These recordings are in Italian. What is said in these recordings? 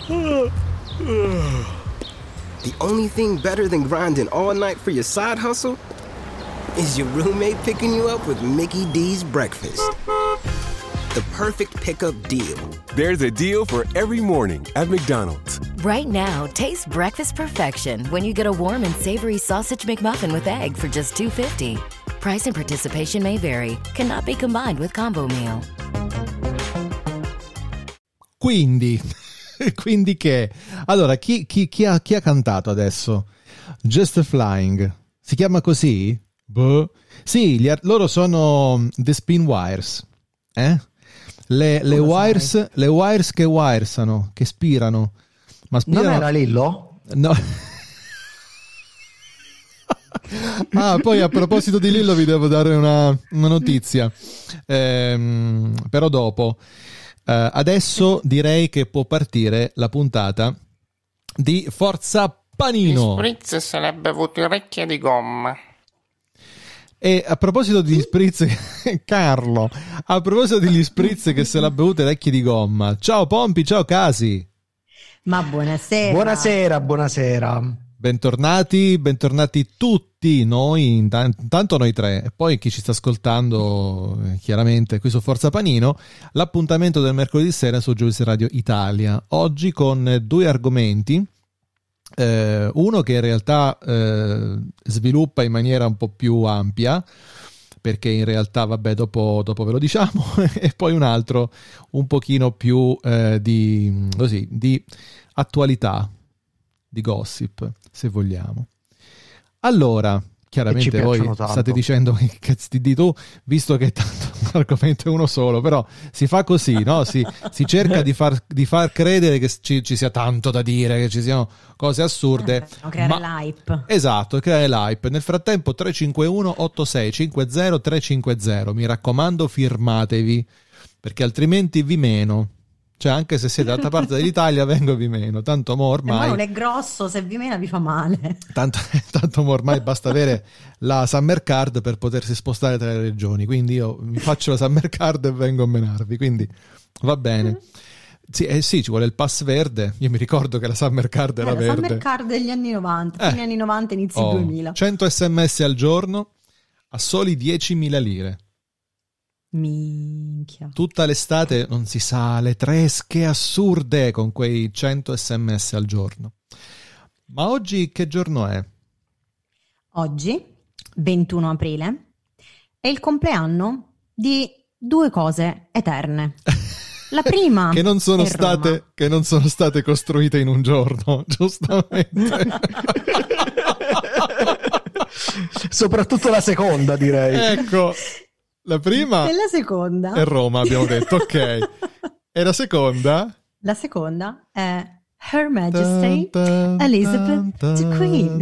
The only thing better than grinding all night for your side hustle is your roommate picking you up with Mickey D's breakfast. The perfect pickup deal. There's a deal for every morning at McDonald's. Right now, taste breakfast perfection when you get a warm and savory sausage McMuffin with egg for just $2.50. Price and participation may vary. Cannot be combined with combo meal. Quindi che? Allora, chi ha cantato adesso? Just Flying. Si chiama così? Boh. Sì, loro sono The Spin Wires. Le wires che wiresano, che spirano. Ma spirano... Non era Lillo? No. Poi a proposito di Lillo vi devo dare una notizia. Però dopo. Adesso direi che può partire la puntata di Forza Panino. Spritz se l'è bevuto orecchie di gomma. E a proposito di spritz, Carlo, a proposito degli spritz che se l'ha bevuto orecchie di gomma. Ciao Pompi, ciao Casi. Ma buonasera. Buonasera. Bentornati tutti noi, intanto noi tre, e poi chi ci sta ascoltando chiaramente qui su Forza Panino, l'appuntamento del mercoledì sera su Juice Radio Italia, oggi con due argomenti, uno che in realtà sviluppa in maniera un po' più ampia, perché in realtà vabbè dopo ve lo diciamo, e poi un altro un pochino più di attualità, di gossip, se vogliamo. Allora, chiaramente voi state dicendo che cazzo di tu, visto che tanto l'argomento è uno solo, però si fa così, no? Si cerca di far credere che ci sia tanto da dire, che ci siano cose assurde. Creare l'hype. Esatto, creare l'hype. Nel frattempo 351 8650 350, mi raccomando firmatevi, perché altrimenti vi meno. Cioè, anche se siete dall'altra parte dell'Italia, vengo vi meno. Tanto mo ormai. Ma non è grosso, se vi mena vi fa male. Tanto mo ormai basta avere la Summer Card per potersi spostare tra le regioni. Quindi io mi faccio la Summer Card e vengo a menarvi. Quindi va bene. Sì, ci vuole il pass verde. Io mi ricordo che la Summer Card era verde. La Summer Card degli anni 90, fine anni 90, inizi 2000. 100 sms al giorno a soli 10.000 lire. Minchia. Tutta l'estate non si sa, le tresche assurde con quei 100 sms al giorno. Ma oggi che giorno è? Oggi, 21 aprile, è il compleanno di due cose eterne. La prima che non sono state costruite in un giorno, giustamente. Soprattutto la seconda, direi. Ecco. La prima e la seconda è Roma, abbiamo detto, ok. E la seconda? La seconda è Her Majesty Elizabeth the Queen.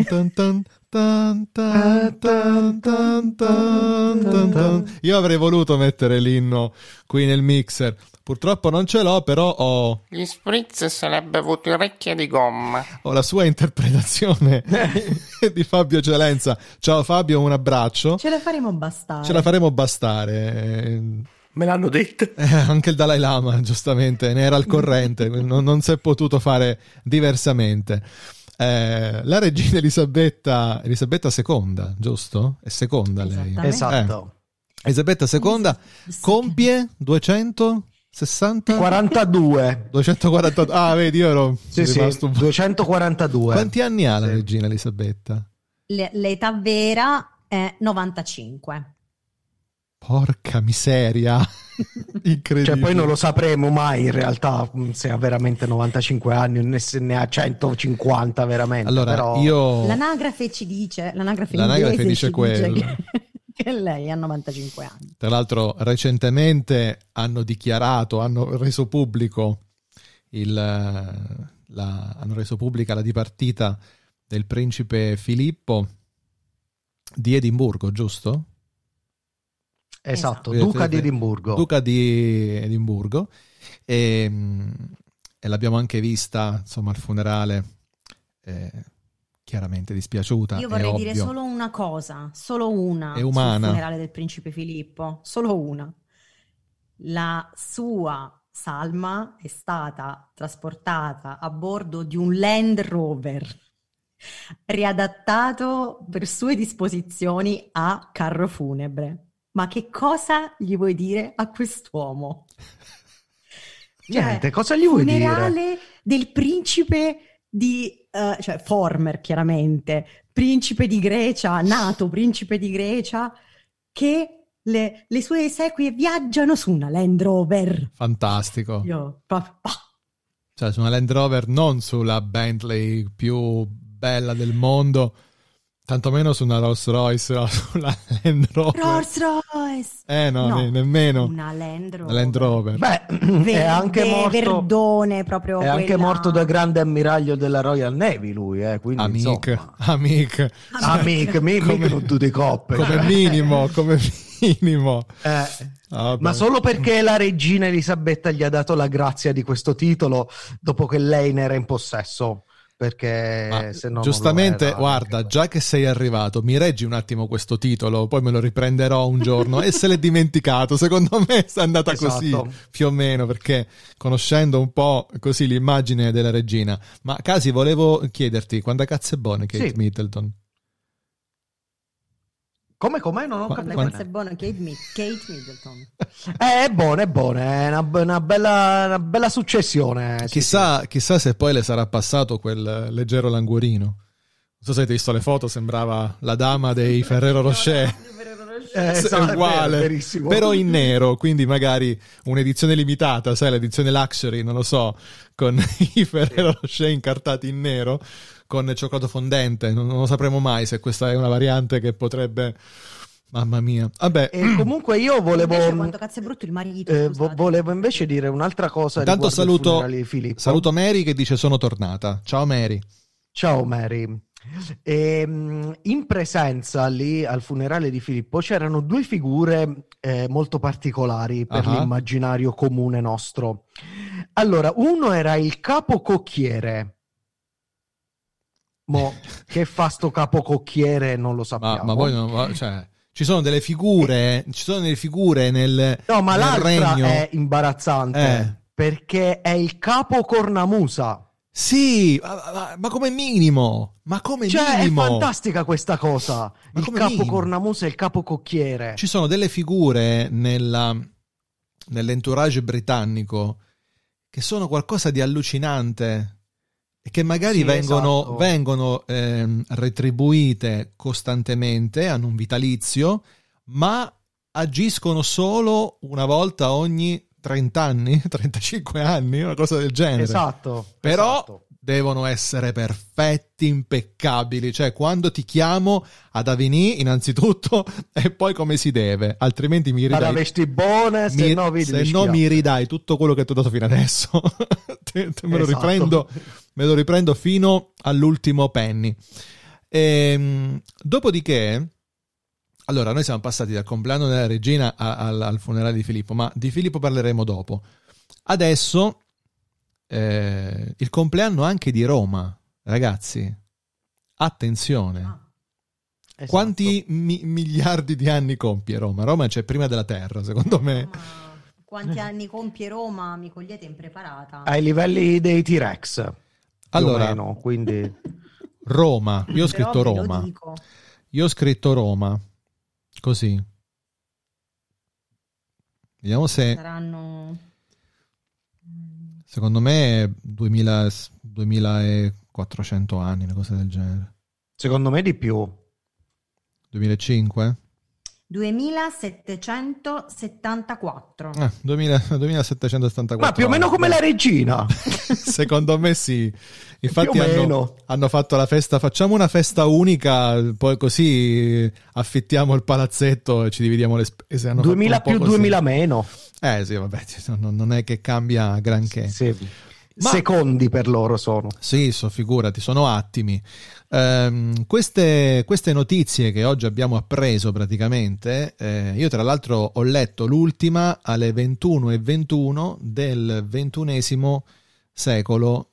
Io avrei voluto mettere l'inno qui nel mixer, purtroppo non ce l'ho, però ho gli spritz se l'è bevuto orecchie di gomma. Ho la sua interpretazione di Fabio Celenza. Ciao Fabio, un abbraccio. Ce la faremo bastare. Me l'hanno detto. Anche il Dalai Lama, giustamente, ne era al corrente, non si è potuto fare diversamente. La regina Elisabetta II, giusto? È seconda lei. Esatto. Elisabetta II compie 260? 42. 242. Ah, vedi, io ero rimasto 242. Quanti anni ha la regina Elisabetta? L'età vera è 95. Porca miseria. Incredibile. Cioè poi non lo sapremo mai in realtà se ha veramente 95 anni o se ne ha 150 veramente. Allora, però... L'anagrafe ci dice, l'anagrafe dice quello. Dice che lei ha 95 anni. Tra l'altro recentemente hanno reso pubblico hanno reso pubblica la dipartita del principe Filippo di Edimburgo, giusto? Esatto, Duca di Edimburgo. Duca di Edimburgo. E l'abbiamo anche vista, insomma, al funerale, chiaramente dispiaciuta. Io vorrei dire solo una cosa, solo una, è umana. Sul funerale del principe Filippo, solo una. La sua Salma è stata trasportata a bordo di un Land Rover riadattato per sue disposizioni a carro funebre. Ma che cosa gli vuoi dire a quest'uomo? Niente, cosa gli vuoi dire? Funerale del principe di, cioè former chiaramente, principe di Grecia, nato principe di Grecia, che le sue esequie viaggiano su una Land Rover. Fantastico. Io proprio... Cioè, su una Land Rover, non sulla Bentley più bella del mondo, tantomeno su una Rolls Royce, no, sulla Land Rover. Rolls Royce! No, nemmeno. Una Land Rover. Una Land Rover. Beh, è anche morto, verdone, proprio è anche quella... morto da grande ammiraglio della Royal Navy lui, quindi Amic. mica non tu di coppe. Come minimo. Ma solo perché la regina Elisabetta gli ha dato la grazia di questo titolo dopo che lei ne era in possesso. Perché se no giustamente, non lo era, guarda, già che sei arrivato, mi reggi un attimo questo titolo, poi me lo riprenderò un giorno e se l'è dimenticato. Secondo me è andata così, più o meno, perché conoscendo un po' così l'immagine della regina. Ma Casi, volevo chiederti, quando cazzo è buona Kate Middleton? Come? Non ho capito. Quando è buona Kate Middleton. È buona, è una bella successione. Chissà se poi le sarà passato quel leggero languorino. Non so se avete visto le foto, sembrava la dama dei Ferrero Rocher. Esatto, è uguale, però in nero, quindi magari un'edizione limitata, sai, l'edizione luxury, non lo so, con i Ferrero Rocher incartati in nero con cioccolato fondente. Non lo sapremo mai se questa è una variante che potrebbe, mamma mia. Vabbè, e comunque io volevo invece, quanto cazzo è brutto il marito, volevo invece dire un'altra cosa. Intanto saluto Mary che dice sono tornata. Ciao Mary. In presenza lì al funerale di Filippo c'erano due figure molto particolari per l'immaginario comune nostro. Allora, uno era il capococchiere. Che fa sto capococchiere non lo sappiamo. Ma voi cioè, ci sono delle figure nel no, ma nel l'altra regno. È imbarazzante perché è il capo cornamusa. Sì, ma come minimo. Cioè, è fantastica questa cosa. Il capo minimo. cornamusa e il capo cocchiere. Ci sono delle figure nell'entourage britannico che sono qualcosa di allucinante e che magari vengono retribuite costantemente, hanno un vitalizio, ma agiscono solo una volta ogni 30 anni, 35 anni, una cosa del genere. Esatto. Però devono essere perfetti, impeccabili. Cioè, quando ti chiamo ad Avenì, innanzitutto, e poi come si deve. Altrimenti mi ridai... se no mi ridai tutto quello che ti ho dato fino adesso. Me lo riprendo fino all'ultimo penny. Dopodiché... Allora, noi siamo passati dal compleanno della regina al funerale di Filippo, ma di Filippo parleremo dopo. Adesso il compleanno anche di Roma, ragazzi. Attenzione. Esatto. Quanti miliardi di anni compie Roma? Roma c'è prima della Terra, secondo me. Quanti anni compie Roma? Mi cogliete impreparata. Ai livelli dei T-Rex. Allora, meno, quindi... Roma. Io ho scritto Roma. Così. Vediamo se... Saranno... Secondo me 2400 anni, una cosa del genere. Secondo me di più. 2005? 2774. 2774. Ma più o meno come la regina. Secondo me sì. Infatti hanno fatto la festa, facciamo una festa unica, poi così affittiamo il palazzetto e ci dividiamo le spese. 2000 più, 2000 meno. Sì, vabbè, non è che cambia granché. Sì. Secondi per loro sono. Sì, figurati, sono attimi. Queste notizie che oggi abbiamo appreso praticamente, io tra l'altro ho letto l'ultima alle 21:21 del XXI secolo,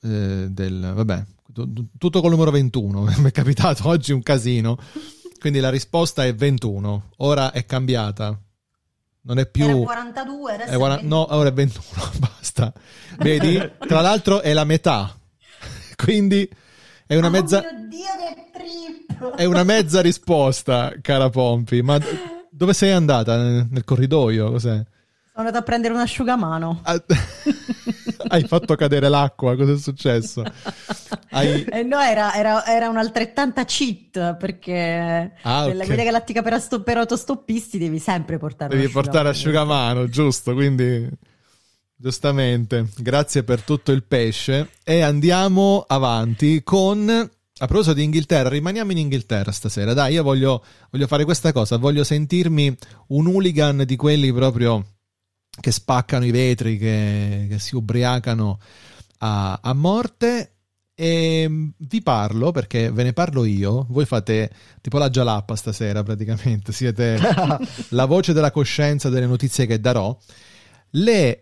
tutto col numero 21, mi è capitato oggi un casino, quindi la risposta è 21, ora è cambiata. non è più... Era 42, adesso è 40... No, ora è 21, basta. Vedi? Tra l'altro è la metà, quindi è una mezza... Oh mio Dio, che trip! È una mezza risposta, cara Pompi. Ma dove sei andata? Nel corridoio? Cos'è? Sono andata a prendere un asciugamano. Hai fatto cadere l'acqua? Cos'è successo? No, era un'altrettanta cheat, perché nella guida galattica per autostoppisti devi sempre portare portare asciugamano, giusto? Quindi, giustamente, grazie per tutto il pesce. E andiamo avanti con... A proposito di Inghilterra, rimaniamo in Inghilterra stasera. Dai, io voglio fare questa cosa. Voglio sentirmi un hooligan di quelli proprio che spaccano i vetri, che si ubriacano a morte. E vi parlo, perché ve ne parlo io. Voi fate tipo la gialappa stasera, praticamente. Siete la voce della coscienza delle notizie che darò. Le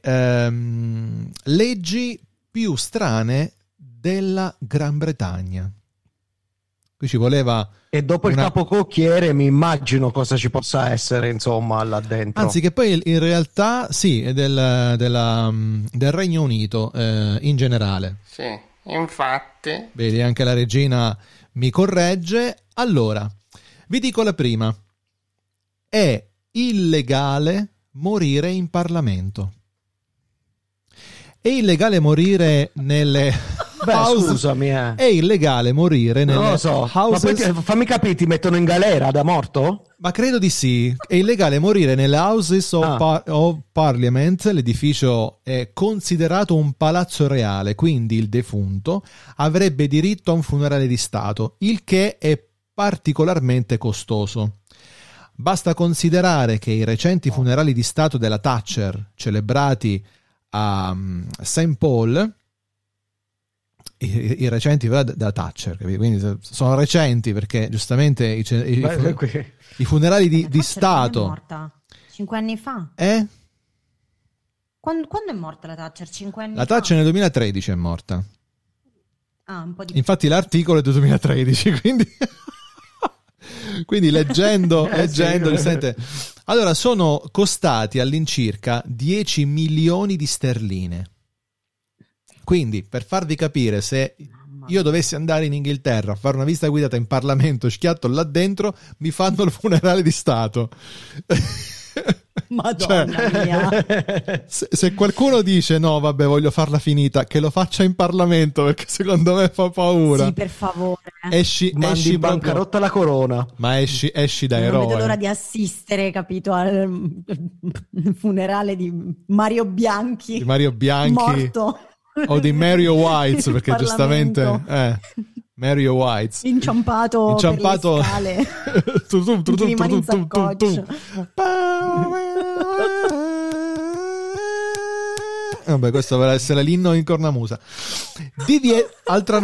leggi più strane della Gran Bretagna. Qui ci voleva... E dopo il capococchiere mi immagino cosa ci possa essere, insomma, là dentro. Anzi, che poi in realtà sì, è del Regno Unito in generale. Sì, infatti. Vedi, anche la regina mi corregge. Allora, vi dico la prima. È illegale morire in Parlamento. È illegale morire nelle... Scusami, È illegale morire nelle non lo so. houses... Ma poi fammi capire, ti mettono in galera da morto? Ma credo di sì. È illegale morire nelle Houses of Parliament. L'edificio è considerato un palazzo reale, quindi il defunto avrebbe diritto a un funerale di Stato, il che è particolarmente costoso. Basta considerare che i recenti funerali di Stato della Thatcher, celebrati a St. Paul, i recenti della Thatcher, quindi sono recenti perché giustamente i funerali di Stato. È morta 5 anni fa. Quando è morta la Thatcher? 5 anni fa? La Thatcher nel 2013 è morta. Un po' di... Infatti l'articolo è del 2013, quindi leggendo sente. Allora, sono costati all'incirca 10 milioni di sterline. Quindi, per farvi capire, se io dovessi andare in Inghilterra a fare una visita guidata in Parlamento, schiatto là dentro, mi fanno il funerale di Stato. Madonna mia. Se qualcuno dice no, vabbè, voglio farla finita, che lo faccia in Parlamento, perché secondo me fa paura. Sì, per favore. Esci bancarotta la corona. Ma esci da eroe. Non vedo l'ora di assistere, capito, al funerale di Mario Bianchi. Di Mario Bianchi. Morto. O di Mario Whites, perché giustamente Mario Whites inciampato per le scale. Rimane in saccoccia. Vabbè, questo dovrà essere l'inno in cornamusa. Altra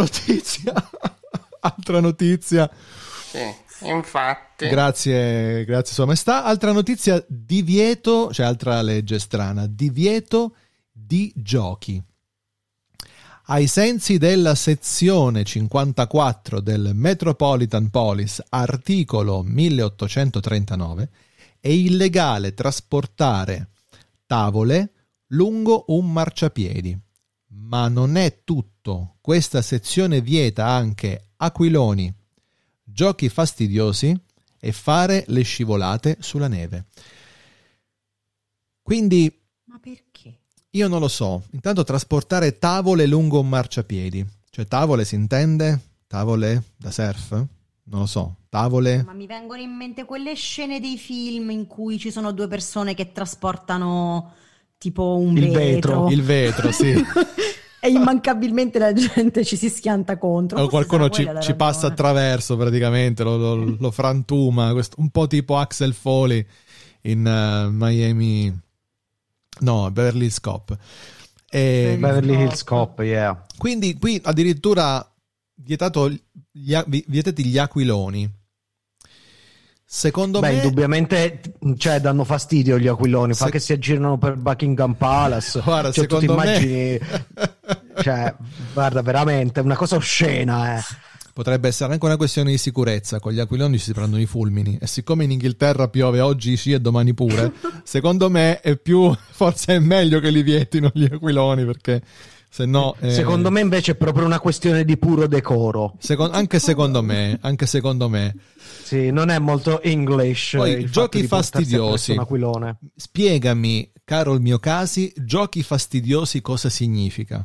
notizia. Sì, infatti. Grazie Sua Maestà. Altra notizia: divieto, cioè altra legge strana, divieto di giochi. Ai sensi della sezione 54 del Metropolitan Police, articolo 1839, è illegale trasportare tavole lungo un marciapiedi. Ma non è tutto. Questa sezione vieta anche aquiloni, giochi fastidiosi e fare le scivolate sulla neve. Quindi... Ma perché? Io non lo so. Intanto trasportare tavole lungo un marciapiedi. Cioè tavole si intende? Tavole da surf? Non lo so. Tavole... Ma mi vengono in mente quelle scene dei film in cui ci sono due persone che trasportano tipo un vetro. Il vetro, sì. E immancabilmente la gente ci si schianta contro. O qualcuno ci passa attraverso praticamente, lo frantuma. Un po' tipo Axel Foley in Miami... No, Beverly Hills Cop. Beverly Hills Cop, yeah. Quindi qui addirittura vietati gli aquiloni. Secondo me... indubbiamente danno fastidio gli aquiloni. Fa che si aggirano per Buckingham Palace. Guarda, cioè, secondo tu ti immagini... guarda, veramente, è una cosa oscena, Potrebbe essere anche una questione di sicurezza, con gli aquiloni ci si prendono i fulmini e siccome in Inghilterra piove oggi sì e domani pure, secondo me forse è meglio che li vietino gli aquiloni, perché se no... Secondo me invece è proprio una questione di puro decoro. Anche secondo me. Sì, non è molto English. Poi, giochi fastidiosi. Un aquilone. Spiegami, caro il mio Casi, giochi fastidiosi cosa significa?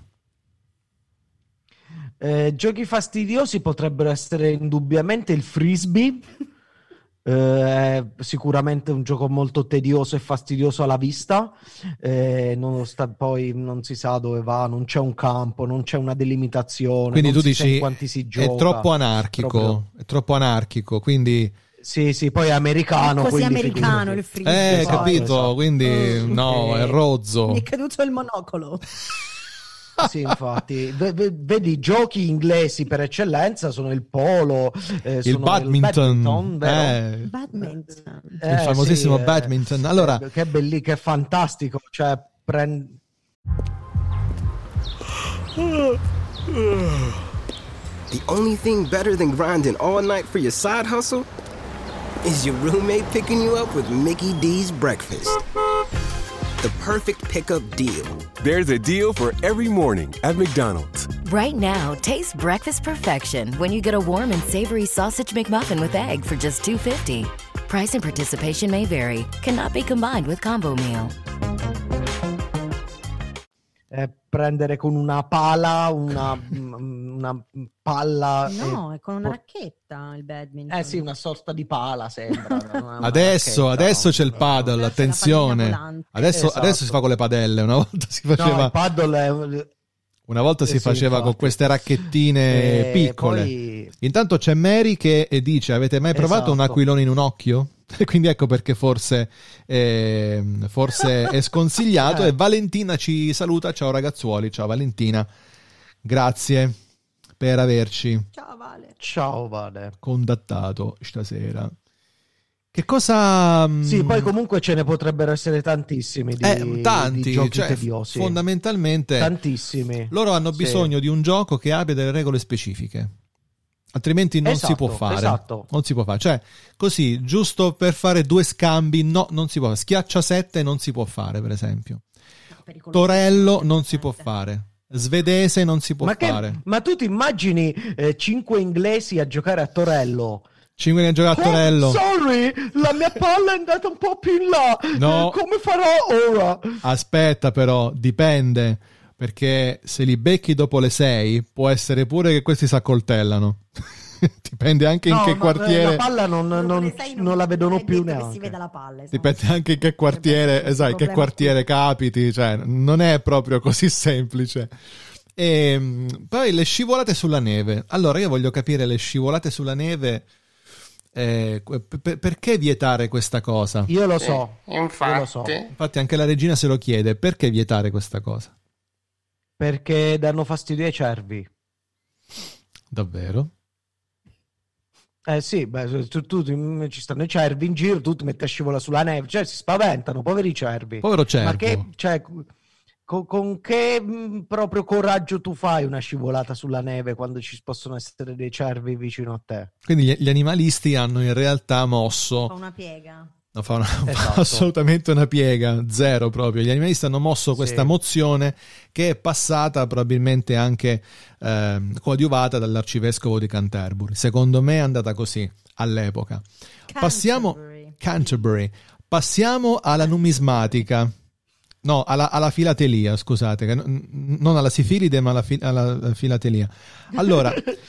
Giochi fastidiosi potrebbero essere indubbiamente il frisbee, è sicuramente un gioco molto tedioso e fastidioso alla vista, poi non si sa dove va, non c'è un campo, non c'è una delimitazione, quindi non tu si sa in dici quanti si gioca, è troppo anarchico, quindi sì, poi è americano, così americano il frisbee, esatto, capito, esatto. Quindi no, è rozzo. Mi è caduto il monocolo. Sì, infatti, vedi, giochi inglesi per eccellenza sono il polo, il badminton, vero? Badminton. Il famosissimo badminton. Allora, che è che è fantastico, cioè The only thing better than grinding all night for your side hustle is your roommate picking you up with Mickey D's breakfast. The perfect pickup deal. There's a deal for every morning at McDonald's. Right now, taste breakfast perfection when you get a warm and savory sausage McMuffin with egg for just $2.50. Price and participation may vary. Cannot be combined with combo meal. Prendere con una pala una palla. No, è con una racchetta il badminton. Sì, una sorta di pala sembra. Adesso c'è il paddle, attenzione. Adesso si fa con le padelle, una volta si faceva. No, il paddle una volta si faceva con queste racchettine piccole. Poi... Intanto c'è Mary che dice: avete mai provato un aquilone in un occhio? E quindi ecco perché forse è sconsigliato. E Valentina ci saluta. Ciao ragazzuoli, ciao Valentina, grazie per averci ciao Vale contattato stasera. Che cosa... Sì, poi comunque ce ne potrebbero essere tantissimi tanti, di giochi cioè, tediosi. Fondamentalmente tantissimi. Loro hanno bisogno di un gioco che abbia delle regole specifiche, altrimenti non si può fare. Esatto. Non si può fare, cioè così giusto per fare due scambi, no, non si può fare. Schiaccia 7 non si può fare, per esempio. Torello non si può fare. Svedese non si può fare. Ma tu ti immagini 5 inglesi a giocare a Torello? 5 ne ha giocato a Torello. Sorry, la mia palla è andata un po' più in là. No. Come farò ora? Aspetta però, dipende, perché se li becchi dopo le 6 può essere pure che questi si accoltellano. Dipende anche in che quartiere. La palla non la vedono più neanche. Si veda la palla, esatto. Dipende anche in che quartiere, esatto, che quartiere capiti, cioè non è proprio così semplice. E poi le scivolate sulla neve. Allora io voglio capire le scivolate sulla neve. Perché vietare questa cosa? Io lo so. Infatti anche la regina se lo chiede, perché vietare questa cosa? Perché danno fastidio ai cervi. Davvero? Sì, ci stanno i cervi in giro, tu ti metti a scivolare sulla neve, cioè si spaventano, poveri cervi. Povero cervo. Ma che, cioè, con che proprio coraggio tu fai una scivolata sulla neve quando ci possono essere dei cervi vicino a te? Quindi gli animalisti hanno in realtà mosso... Fa una piega. Non fa assolutamente una piega, zero proprio. Gli animalisti hanno mosso questa mozione che è passata probabilmente anche coadiuvata dall'arcivescovo di Canterbury. Secondo me è andata così all'epoca. Canterbury. Passiamo alla numismatica. No, alla filatelia, scusate, non alla sifilide ma alla filatelia. Allora,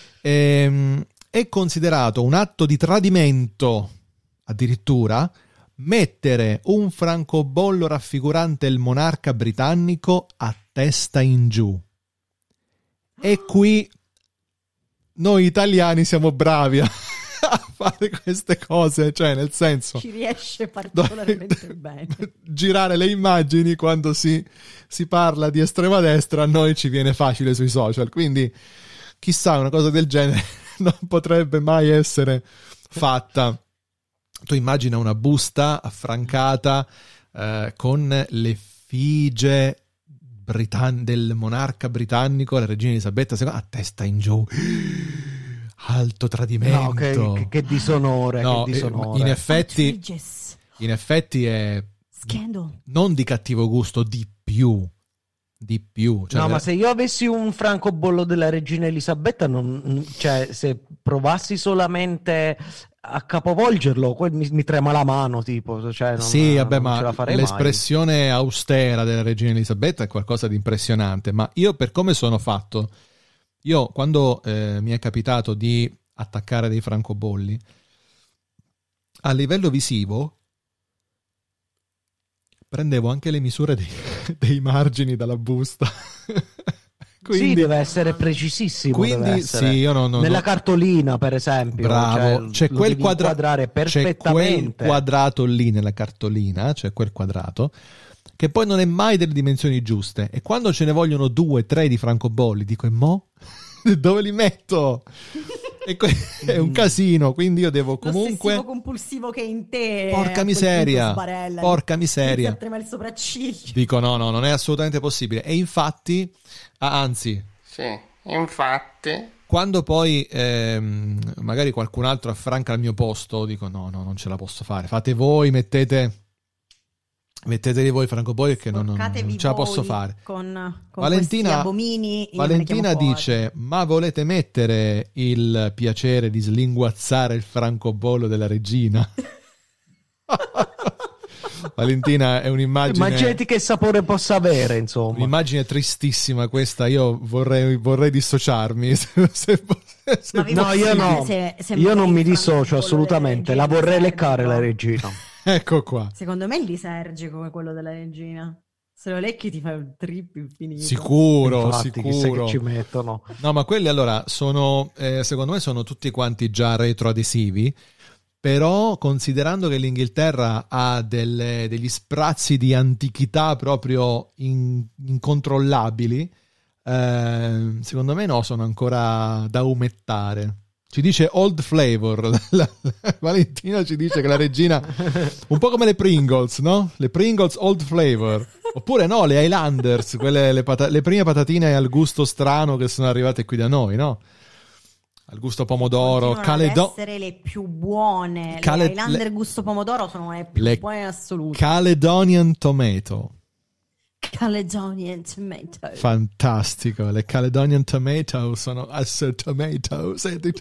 è considerato un atto di tradimento, addirittura, mettere un francobollo raffigurante il monarca britannico a testa in giù. E qui noi italiani siamo bravi a fare queste cose, cioè nel senso ci riesce particolarmente bene. Girare le immagini quando si parla di estrema destra a noi ci viene facile sui social, quindi chissà, una cosa del genere non potrebbe mai essere fatta. Tu immagina una busta affrancata con l'effigie del monarca britannico, la regina Elisabetta II, a testa in giù. Alto tradimento. No, che disonore, no, che disonore. In effetti è Scandal. non di cattivo gusto, di più. Cioè, no, ma se io avessi un francobollo della regina Elisabetta, cioè, se provassi solamente a capovolgerlo, mi trema la mano, tipo. Cioè, sì, vabbè, non ce la ma farei l'espressione austera della regina Elisabetta è qualcosa di impressionante. Ma io, per come sono fatto, io quando mi è capitato di attaccare dei francobolli, a livello visivo prendevo anche le misure dei margini dalla busta. Quindi, sì, deve essere precisissimo. Quindi, deve essere. Sì, io nella cartolina, per esempio. Bravo, c'è quel inquadrare perfettamente. C'è quel quadrato lì nella cartolina, c'è quel quadrato, che poi non è mai delle dimensioni giuste. E quando ce ne vogliono 2, 3 di francobolli, dico, e mo? Dove li metto? È un casino, quindi io devo comunque... L'ossessivo compulsivo che è in te. Porca miseria, Mi trema il sopracciglio. Dico no, non è assolutamente possibile. E infatti, anzi... Sì, infatti... Quando poi magari qualcun altro affranca al mio posto, dico no, non ce la posso fare. Fate voi, metteteli voi francobolli che non ce la posso fare. Con Valentina, questi abomini. Valentina dice: ma volete mettere il piacere di slinguazzare il francobollo della regina? Valentina, è un'immagine. Immaginati che sapore possa avere, insomma. Un'immagine tristissima questa. Io vorrei dissociarmi. No, io no. Io non mi dissocio assolutamente. La vorrei leccare la regina. Ecco qua. Secondo me è lisergico come quello della regina. Se lo lecchi ti fai un trip infinito. Sicuro. Chissà che ci mettono. No, ma quelli allora sono, secondo me sono tutti quanti già retroadesivi, però considerando che l'Inghilterra ha degli sprazzi di antichità proprio incontrollabili, secondo me no, sono ancora da umettare. Ci dice Old Flavor, Valentina ci dice che la regina, un po' come le Pringles, no? Le Pringles Old Flavor, oppure no, le Highlanders, quelle le prime patatine al gusto strano che sono arrivate qui da noi, no? Al gusto pomodoro, Continuano ad essere le più buone. Le Highlander gusto pomodoro sono le più buone in assoluto. Caledonian Tomato. Caledonian Tomato. Fantastico, le Caledonian Tomato sono tomato,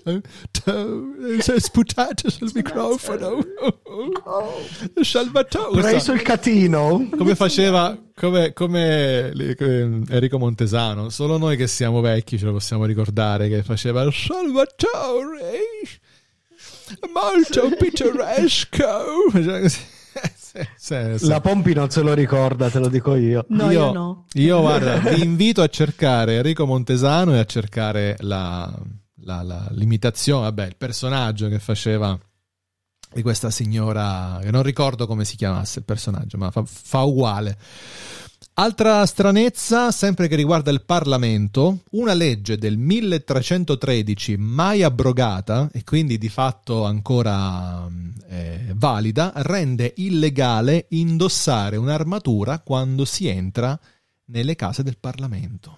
sputate sul microfono. Salvatore. Preso il catino. Come faceva come Enrico Montesano, solo noi che siamo vecchi ce lo possiamo ricordare, che faceva Salvatore molto pittoresco. Sì. La Pompi non se lo ricorda, te lo dico io. No, io no. Io guarda, vi invito a cercare Enrico Montesano e a cercare l'imitazione, vabbè, il personaggio che faceva di questa signora, che non ricordo come si chiamasse il personaggio, ma fa uguale. Altra stranezza, sempre che riguarda il Parlamento, una legge del 1313 mai abrogata e quindi di fatto ancora valida, rende illegale indossare un'armatura quando si entra nelle case del Parlamento.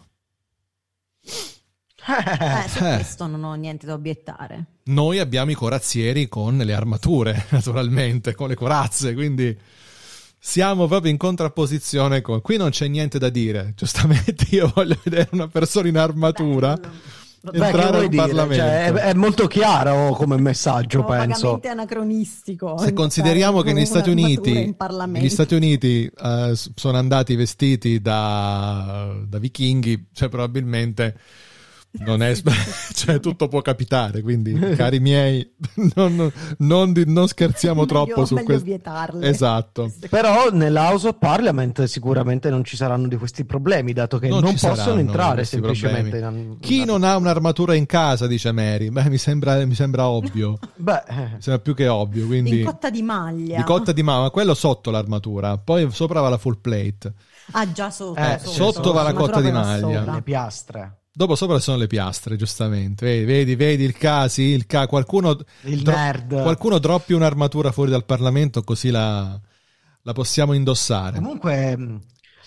Su questo non ho niente da obiettare. Noi abbiamo i corazzieri con le armature, naturalmente, con le corazze, quindi siamo proprio in contrapposizione con... Qui non c'è niente da dire, giustamente io voglio vedere una persona in armatura entrare al Parlamento. Cioè, è molto chiaro come messaggio, penso. Vagamente anacronistico. Se consideriamo che negli Stati Uniti sono andati vestiti da vichinghi, cioè probabilmente... non è cioè tutto può capitare, quindi cari miei non scherziamo troppo su questo. Vietarle. Esatto. Però nell'House of Parliament sicuramente non ci saranno di questi problemi, dato che non possono entrare semplicemente. Chi non ha un'armatura in casa, dice Mary, mi sembra ovvio. Mi sembra più che ovvio, quindi in cotta di maglia, ma quello sotto l'armatura, poi sopra va la full plate. Già sotto va la cotta di maglia, le piastre. Dopo sopra sono le piastre, giustamente. Vedi il casi? Qualcuno droppi un'armatura fuori dal Parlamento, così la possiamo indossare. Comunque,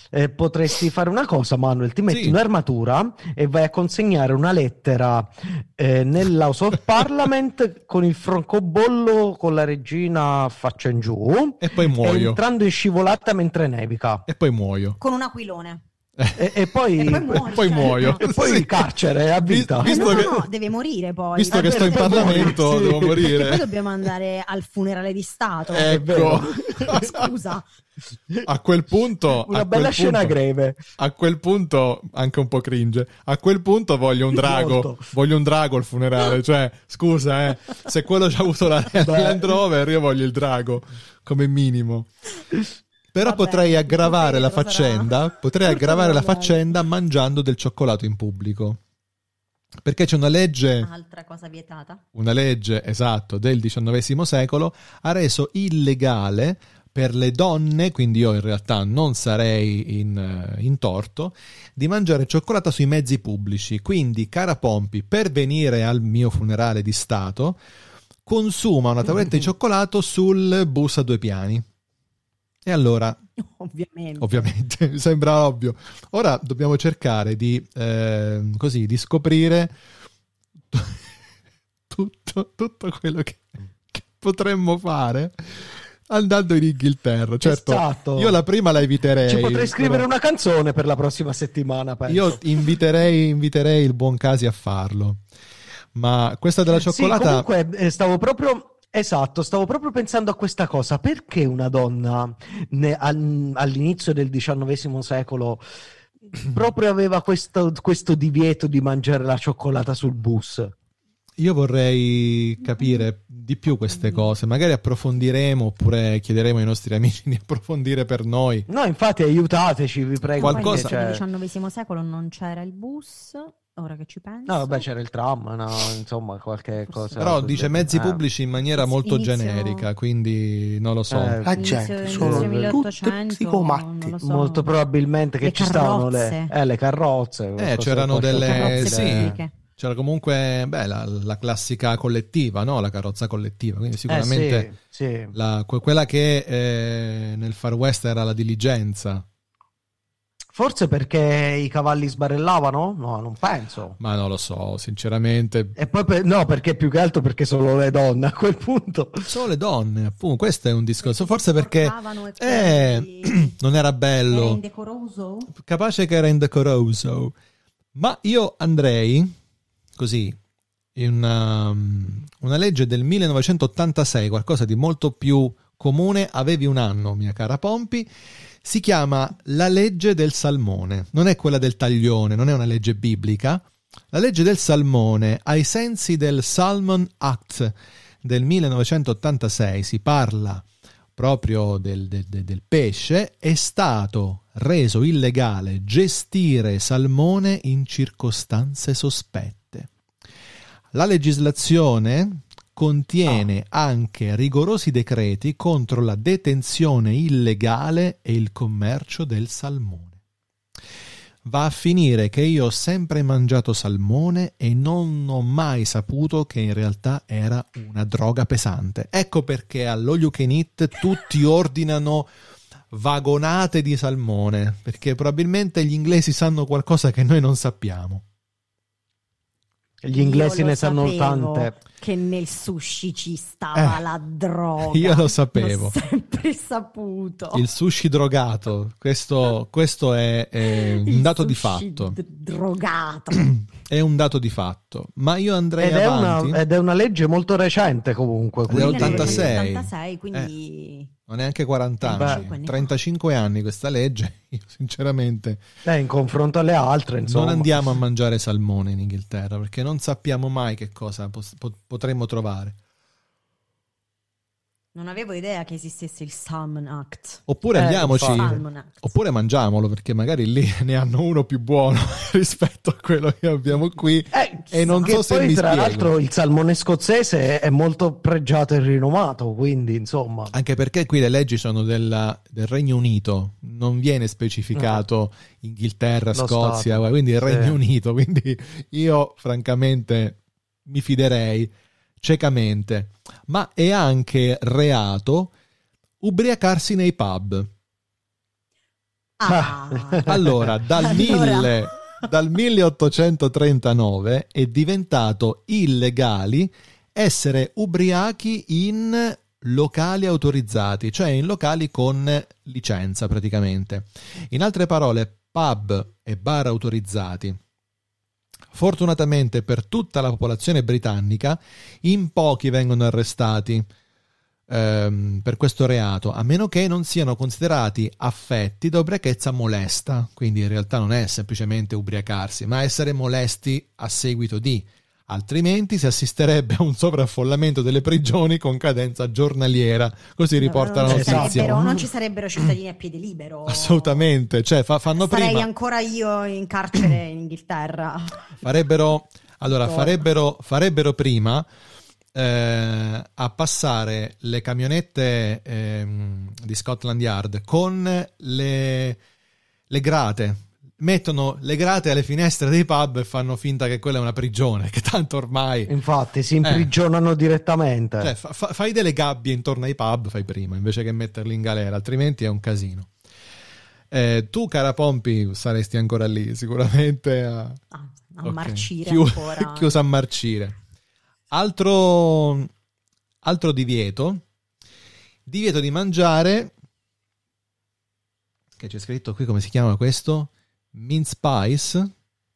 potresti fare una cosa, Manuel, ti metti Sì. un'armatura e vai a consegnare una lettera nell'House of Parliament con il francobollo con la regina faccia in giù E poi muoio. entrando in scivolata mentre nevica E poi muoio. Con un aquilone. e poi, E poi muori, Poi muoio. e poi Sì. carcere a vita. Visto no, che- no, deve morire poi. Visto che sto in vero, Parlamento, sì. devo E morire. poi dobbiamo andare al funerale di Stato. Ecco. Scusa. A quel punto... Una a bella quel scena punto- greve. A quel punto, anche un po' cringe, a quel punto voglio un drago, Molto. voglio un drago al funerale, cioè, scusa, se quello c'ha avuto la Land Rover, io voglio il drago, come minimo. Però Vabbè, potrei aggravare la Pedro sarà- faccenda, potrei Forse aggravare la dovrai. faccenda mangiando del cioccolato in pubblico. Perché c'è una legge, Altra cosa vietata. esatto, del XIX secolo, ha reso illegale per le donne, quindi io in realtà non sarei in torto, di mangiare cioccolata sui mezzi pubblici. Quindi, cara Pompi, per venire al mio funerale di Stato, consuma una tavoletta di cioccolato sul bus a 2 piani. E allora, ovviamente, mi sembra ovvio. Ora dobbiamo cercare di scoprire tutto quello che potremmo fare andando in Inghilterra. Certo, Esatto. io la prima la eviterei. Ci potrei scrivere però una canzone per la prossima settimana, penso. io inviterei il buon Casi a farlo. Ma questa della cioccolata... Sì, comunque stavo proprio pensando a questa cosa. Perché una donna all'inizio del XIX secolo proprio aveva questo divieto di mangiare la cioccolata sul bus? Io vorrei capire di più queste cose, magari approfondiremo oppure chiederemo ai nostri amici di approfondire per noi. No, infatti aiutateci, vi prego. Qualcosa- perché, Nel XIX secolo non c'era il bus, ora che ci penso. No, vabbè, c'era il tram, no, insomma, qualche Forse. cosa. Però così. dice mezzi pubblici in maniera molto Inizio- generica, quindi non lo so. Eh, La Inizio- gente inizio sono tutti 1800, psicomatti. non lo so. Molto probabilmente che Le ci stavano carrozze. le carrozze. qualcosa- c'erano qualche delle- cosa del Carrozze sì. genere. pubbliche. C'era comunque la classica collettiva, no? La carrozza collettiva, quindi sicuramente sì. quella che nel Far West era la diligenza. Forse perché i cavalli sbarellavano? No, non penso. Ma non lo so, sinceramente. E poi no, perché più che altro perché solo le donne a quel punto. Solo le donne, appunto, questo è un discorso. Forse perché Portavano e quindi non era era bello, indecoroso? capace che era indecoroso. Ma io andrei così in una legge del 1986, qualcosa di molto più comune. Avevi un anno, mia cara Pompi. Si chiama la legge del salmone, non è quella del taglione, non è una legge biblica. La legge del salmone, ai sensi del Salmon Act del 1986, si parla proprio del pesce. È stato reso illegale gestire salmone in circostanze sospette. La legislazione contiene anche rigorosi decreti contro la detenzione illegale e il commercio del salmone. Va a finire che io ho sempre mangiato salmone e non ho mai saputo che in realtà era una droga pesante. Ecco perché allo You Can Eat tutti ordinano vagonate di salmone, perché probabilmente gli inglesi sanno qualcosa che noi non sappiamo. Gli inglesi Io lo ne sanno sapevo tante. che nel sushi ci stava la droga. Io lo sapevo. L'ho sempre saputo. Il sushi drogato, questo è un Il dato di sushi fatto. drogato. È un dato di fatto. Ma io andrei Ed è avanti. una legge molto recente comunque. Ed è quindi- 86. 86, quindi Non è neanche 40 anni, Beh. 35 anni questa legge. Io sinceramente in confronto alle altre, insomma. non andiamo a mangiare salmone in Inghilterra perché non sappiamo mai che cosa potremmo trovare. non avevo idea che esistesse il Salmon Act. Oppure andiamoci, Salmon Act. oppure mangiamolo perché magari lì ne hanno uno più buono rispetto a quello che abbiamo qui. E non che so se poi, mi tra spiego. l'altro, il salmone scozzese è molto pregiato e rinomato, quindi insomma. Anche perché qui le leggi sono del Regno Unito, non viene specificato Inghilterra, Lo Scozia, Stato. quindi il Sì. Regno Unito, quindi io francamente mi fiderei ciecamente. Ma è anche reato ubriacarsi nei pub. Allora, dal 1839 è diventato illegale essere ubriachi in locali autorizzati, cioè in locali con licenza praticamente. In altre parole, pub e bar autorizzati. Fortunatamente per tutta la popolazione britannica, in pochi vengono arrestati per questo reato, a meno che non siano considerati affetti da ubriachezza molesta. Quindi in realtà non è semplicemente ubriacarsi, ma essere molesti a seguito di. Altrimenti si assisterebbe a un sovraffollamento delle prigioni con cadenza giornaliera, così riporta la notizia. Non ci sarebbero cittadini a piede libero. Assolutamente, cioè fanno Sarei prima. ancora io in carcere in Inghilterra. Farebbero prima a passare le camionette di Scotland Yard con le grate. Mettono le grate alle finestre dei pub e fanno finta che quella è una prigione, che tanto ormai... Infatti si imprigionano direttamente. Cioè, fai delle gabbie intorno ai pub, fai prima, invece che metterli in galera, altrimenti è un casino. Tu, cara Pompi, saresti ancora lì, sicuramente a marcire ancora. Chiusa a marcire. Altro divieto di mangiare, che c'è scritto qui, come si chiama questo? Mince pies.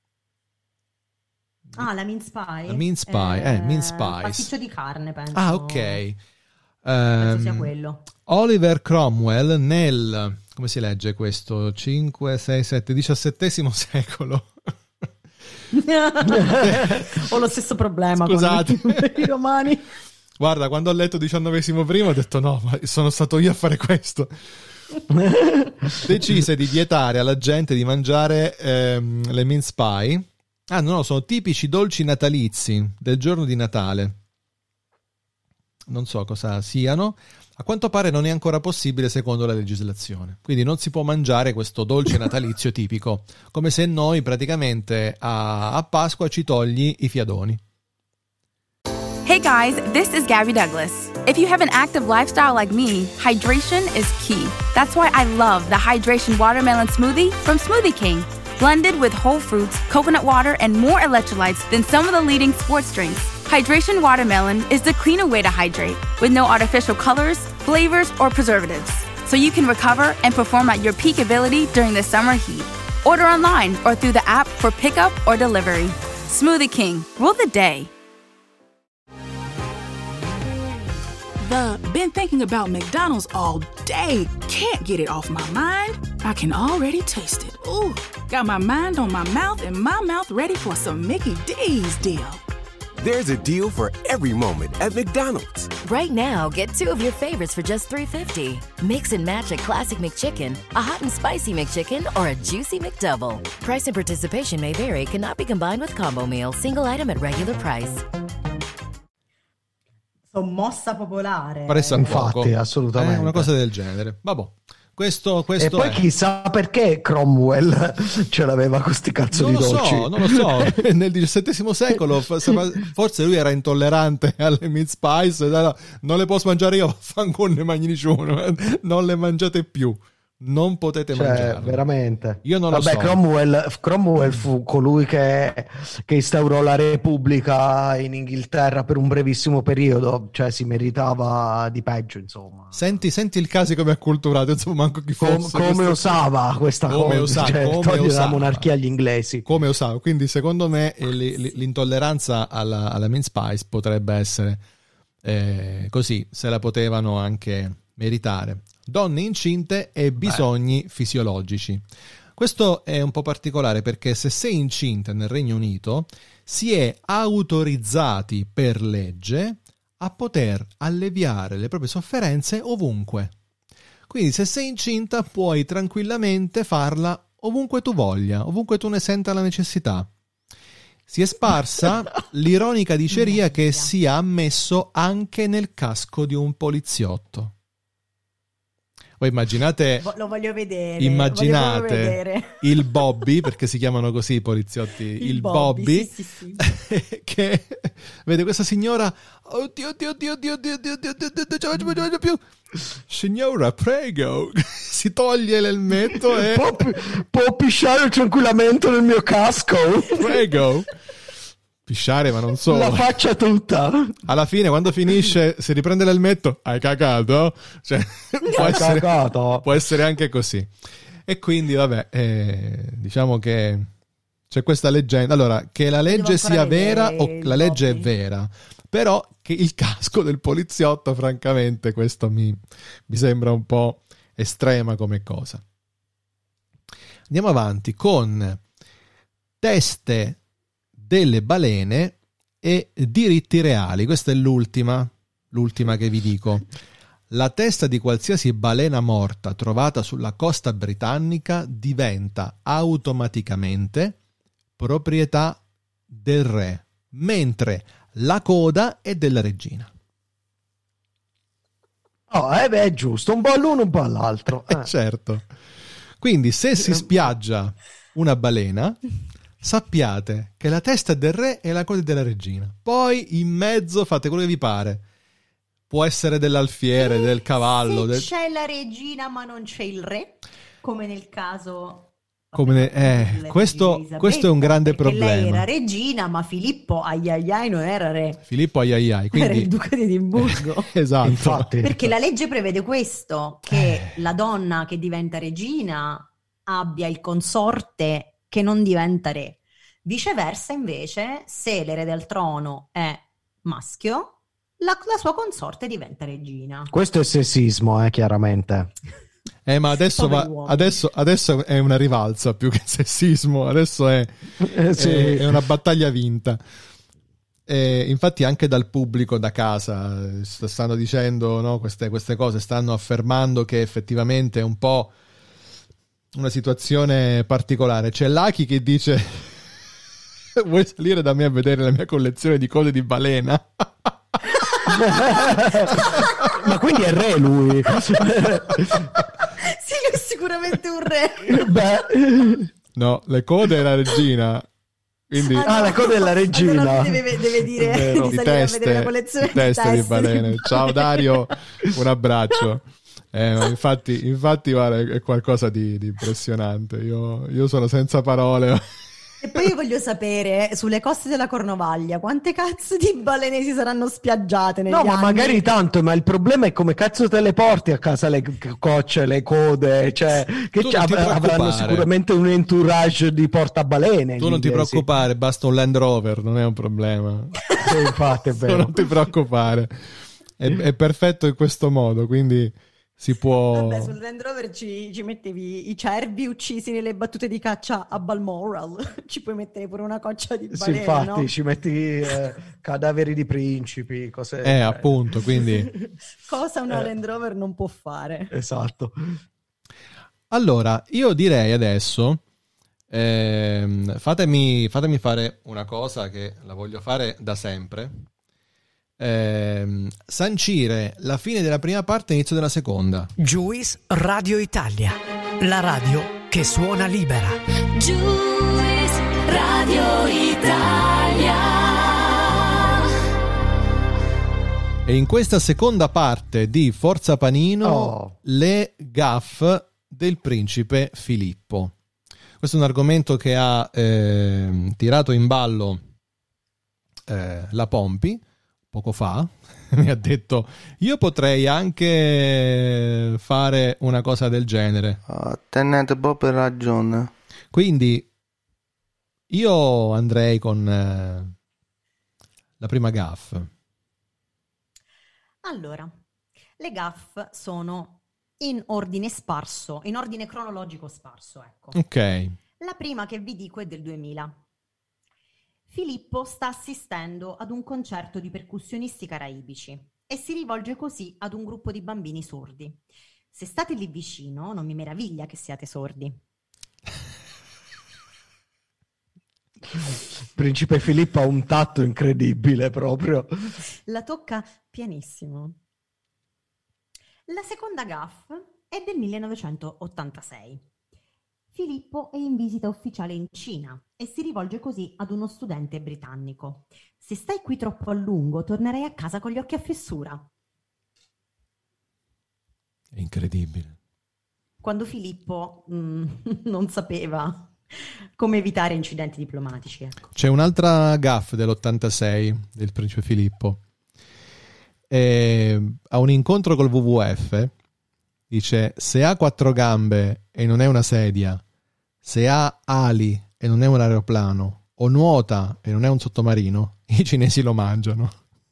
La mince pie. La mince pie, mince pies. Pasticcio di carne, penso. Ah, ok. Penso sia quello. Oliver Cromwell nel, come si legge questo? 5, 6, 7, XVII secolo. Ho lo stesso problema. Scusate. Con i romani. Guarda, quando ho letto XIX primo ho detto no, ma sono stato io a fare questo. Decise di vietare alla gente di mangiare le mince pie. Sono tipici dolci natalizi del giorno di Natale. Non so cosa siano. A quanto pare non è ancora possibile secondo la legislazione. Quindi non si può mangiare questo dolce natalizio tipico, come se noi praticamente a Pasqua ci togli i fiadoni. Hey guys, this is Gabby Douglas. If you have an active lifestyle like me, hydration is key. That's why I love the Hydration Watermelon Smoothie from Smoothie King. Blended with whole fruits, coconut water, and more electrolytes than some of the leading sports drinks, Hydration Watermelon is the cleaner way to hydrate, with no artificial colors, flavors, or preservatives. So you can recover and perform at your peak ability during the summer heat. Order online or through the app for pickup or delivery. Smoothie King, rule the day. Been thinking about McDonald's all day. Can't get it off my mind. I can already taste it. Ooh, got my mind on my mouth and my mouth ready for some Mickey D's deal. There's a deal for every moment at McDonald's. Right now, get two of your favorites for just $3.50. Mix and match a classic McChicken, a hot and spicy McChicken, or a juicy McDouble. Price and participation may vary. Cannot be combined with combo meal. Single item at regular price. Sommossa popolare. Paresse infatti, assolutamente. Una cosa del genere. Vabbè. Questo e poi chissà perché Cromwell ce l'aveva con sti cazzo di dolci. Non lo so. Nel XVII secolo forse lui era intollerante alle mince pies. Non le posso mangiare io, fanculo, ne mangi nessuno. Non le mangiate più. Non potete mangiare. Veramente. Io non lo so. Cromwell fu colui che instaurò la Repubblica in Inghilterra per un brevissimo periodo, cioè si meritava di peggio, insomma. Senti il caso come è acculturato, insomma, manco chi fosse. Come osava questa cosa, togliere la monarchia agli inglesi. Come osava, quindi secondo me l'intolleranza alla mince pies potrebbe essere così, se la potevano anche meritare. Donne incinte e bisogni fisiologici. Questo è un po' particolare perché se sei incinta nel Regno Unito si è autorizzati per legge a poter alleviare le proprie sofferenze ovunque. Quindi se sei incinta puoi tranquillamente farla ovunque tu voglia, ovunque tu ne senta la necessità. Si è sparsa l'ironica diceria che sia ammesso anche nel casco di un poliziotto. Poi immaginate, lo voglio vedere. Immaginate voglio vedere. il Bobby, perché si chiamano così i poliziotti, il Bobby, sì. che vede questa signora, oddio, ce la faccio più. Signora, prego, si toglie l'elmetto e... Può pisciare tranquillamente nel mio casco? Prego. Pisciare, ma non solo. La faccia tutta. Alla fine, quando finisce, si riprende l'elmetto, hai cagato? Cioè, può essere anche così. E quindi, vabbè, diciamo che c'è questa leggenda. Allora, che la legge sia vera o la legge è vera, però che il casco del poliziotto, francamente, questo mi sembra un po' estrema come cosa. Andiamo avanti con teste delle balene e diritti reali. Questa è l'ultima che vi dico. La testa di qualsiasi balena morta trovata sulla costa britannica diventa automaticamente proprietà del re, mentre la coda è della regina. È giusto, un po' all'uno, un po' all'altro. Certo. Quindi se si spiaggia una balena, sappiate che la testa è del re e la coda è della regina. Poi in mezzo fate quello che vi pare. Può essere dell'alfiere, del cavallo. C'è la regina ma non c'è il re, come nel caso... Questo è un grande problema. Lei era regina, ma Filippo aiaiai non era re. Filippo aiaiai, quindi... era il duca di Edimburgo. Esatto. Infatti. Perché la legge prevede questo, che la donna che diventa regina abbia il consorte che non diventa re. Viceversa, invece, se l'erede al trono è maschio, la sua consorte diventa regina. Questo è sessismo, chiaramente. Ma adesso è una rivalsa più che sessismo, adesso è una battaglia vinta. Infatti anche dal pubblico da casa stanno dicendo, no, queste cose, stanno affermando che effettivamente è un po' una situazione particolare. C'è Lucky che dice: vuoi salire da me a vedere la mia collezione di code di balena? Ma quindi è re lui? Sì, lui è sicuramente un re. No, le code è la regina. Quindi... la coda della regina. Allora deve dire di salire a vedere la collezione di teste di balene. Ciao Dario, un abbraccio. Ma infatti guarda, è qualcosa di impressionante. Io sono senza parole. E poi io voglio sapere, sulle coste della Cornovaglia, quante cazzo di balene si saranno spiaggiate negli anni? No, ma magari tanto, ma il problema è come cazzo te le porti a casa le cocce, le code, cioè che avranno sicuramente un entourage di portabalene. Tu non ti preoccupare, basta un Land Rover, non è un problema. Sì, infatti è vero. Non ti preoccupare, è perfetto in questo modo, quindi... si può... Vabbè, sul Land Rover ci mettevi i cervi uccisi nelle battute di caccia a Balmoral, ci puoi mettere pure una coccia di balena, sì, infatti, no? ci metti cadaveri di principi, cose... appunto, quindi... Cosa una Land Rover non può fare. Esatto. Allora, io direi adesso, fatemi fare una cosa che la voglio fare da sempre, sancire la fine della prima parte e inizio della seconda. Juice Radio Italia, la radio che suona libera. Juice Radio Italia. E in questa seconda parte di Forza Panino, le gaffe del principe Filippo. Questo è un argomento che ha tirato in ballo la Pompi poco fa. Mi ha detto: io potrei anche fare una cosa del genere. Tenete proprio ragione. Quindi io andrei con la prima gaffe. Allora, le gaffe sono in ordine sparso, in ordine cronologico sparso, ecco. Ok. La prima che vi dico è del 2000. Filippo sta assistendo ad un concerto di percussionisti caraibici e si rivolge così ad un gruppo di bambini sordi. Se state lì vicino, non mi meraviglia che siate sordi. Principe Filippo ha un tatto incredibile proprio. La tocca pianissimo. La seconda gaffe è del 1986. Filippo è in visita ufficiale in Cina e si rivolge così ad uno studente britannico. Se stai qui troppo a lungo, tornerai a casa con gli occhi a fessura. È incredibile. Quando Filippo non sapeva come evitare incidenti diplomatici. Ecco. C'è un'altra gaffe dell'86 del principe Filippo. A un incontro col WWF dice: se ha 4 gambe e non è una sedia, se ha ali e non è un aeroplano, o nuota e non è un sottomarino, i cinesi lo mangiano.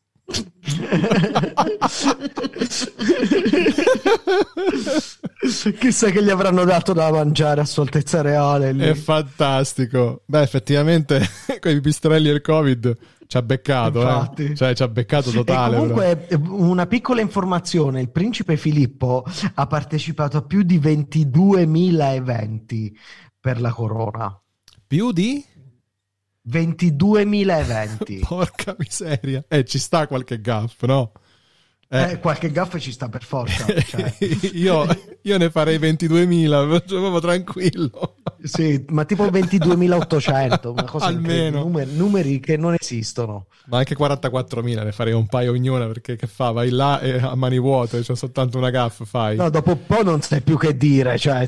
Chissà che gli avranno dato da mangiare a Sua Altezza Reale lì. È fantastico. Beh, effettivamente con i pipistrelli e il Covid ci ha beccato, cioè ci ha beccato totale. E comunque una piccola informazione: il principe Filippo ha partecipato a più di 22.000 eventi per la corona. Più di 22.000 eventi. Porca miseria. Ci sta qualche gaff, no? Qualche gaff ci sta per forza. Cioè. io ne farei 22.000, proprio tranquillo. Sì, ma tipo 22.800, una cosa almeno. Numeri che non esistono. Ma anche 44.000 ne farei un paio ognuna, perché che fa? Vai là e a mani vuote, c'è soltanto una gaff, fai. No, dopo un po' non sai più che dire, cioè.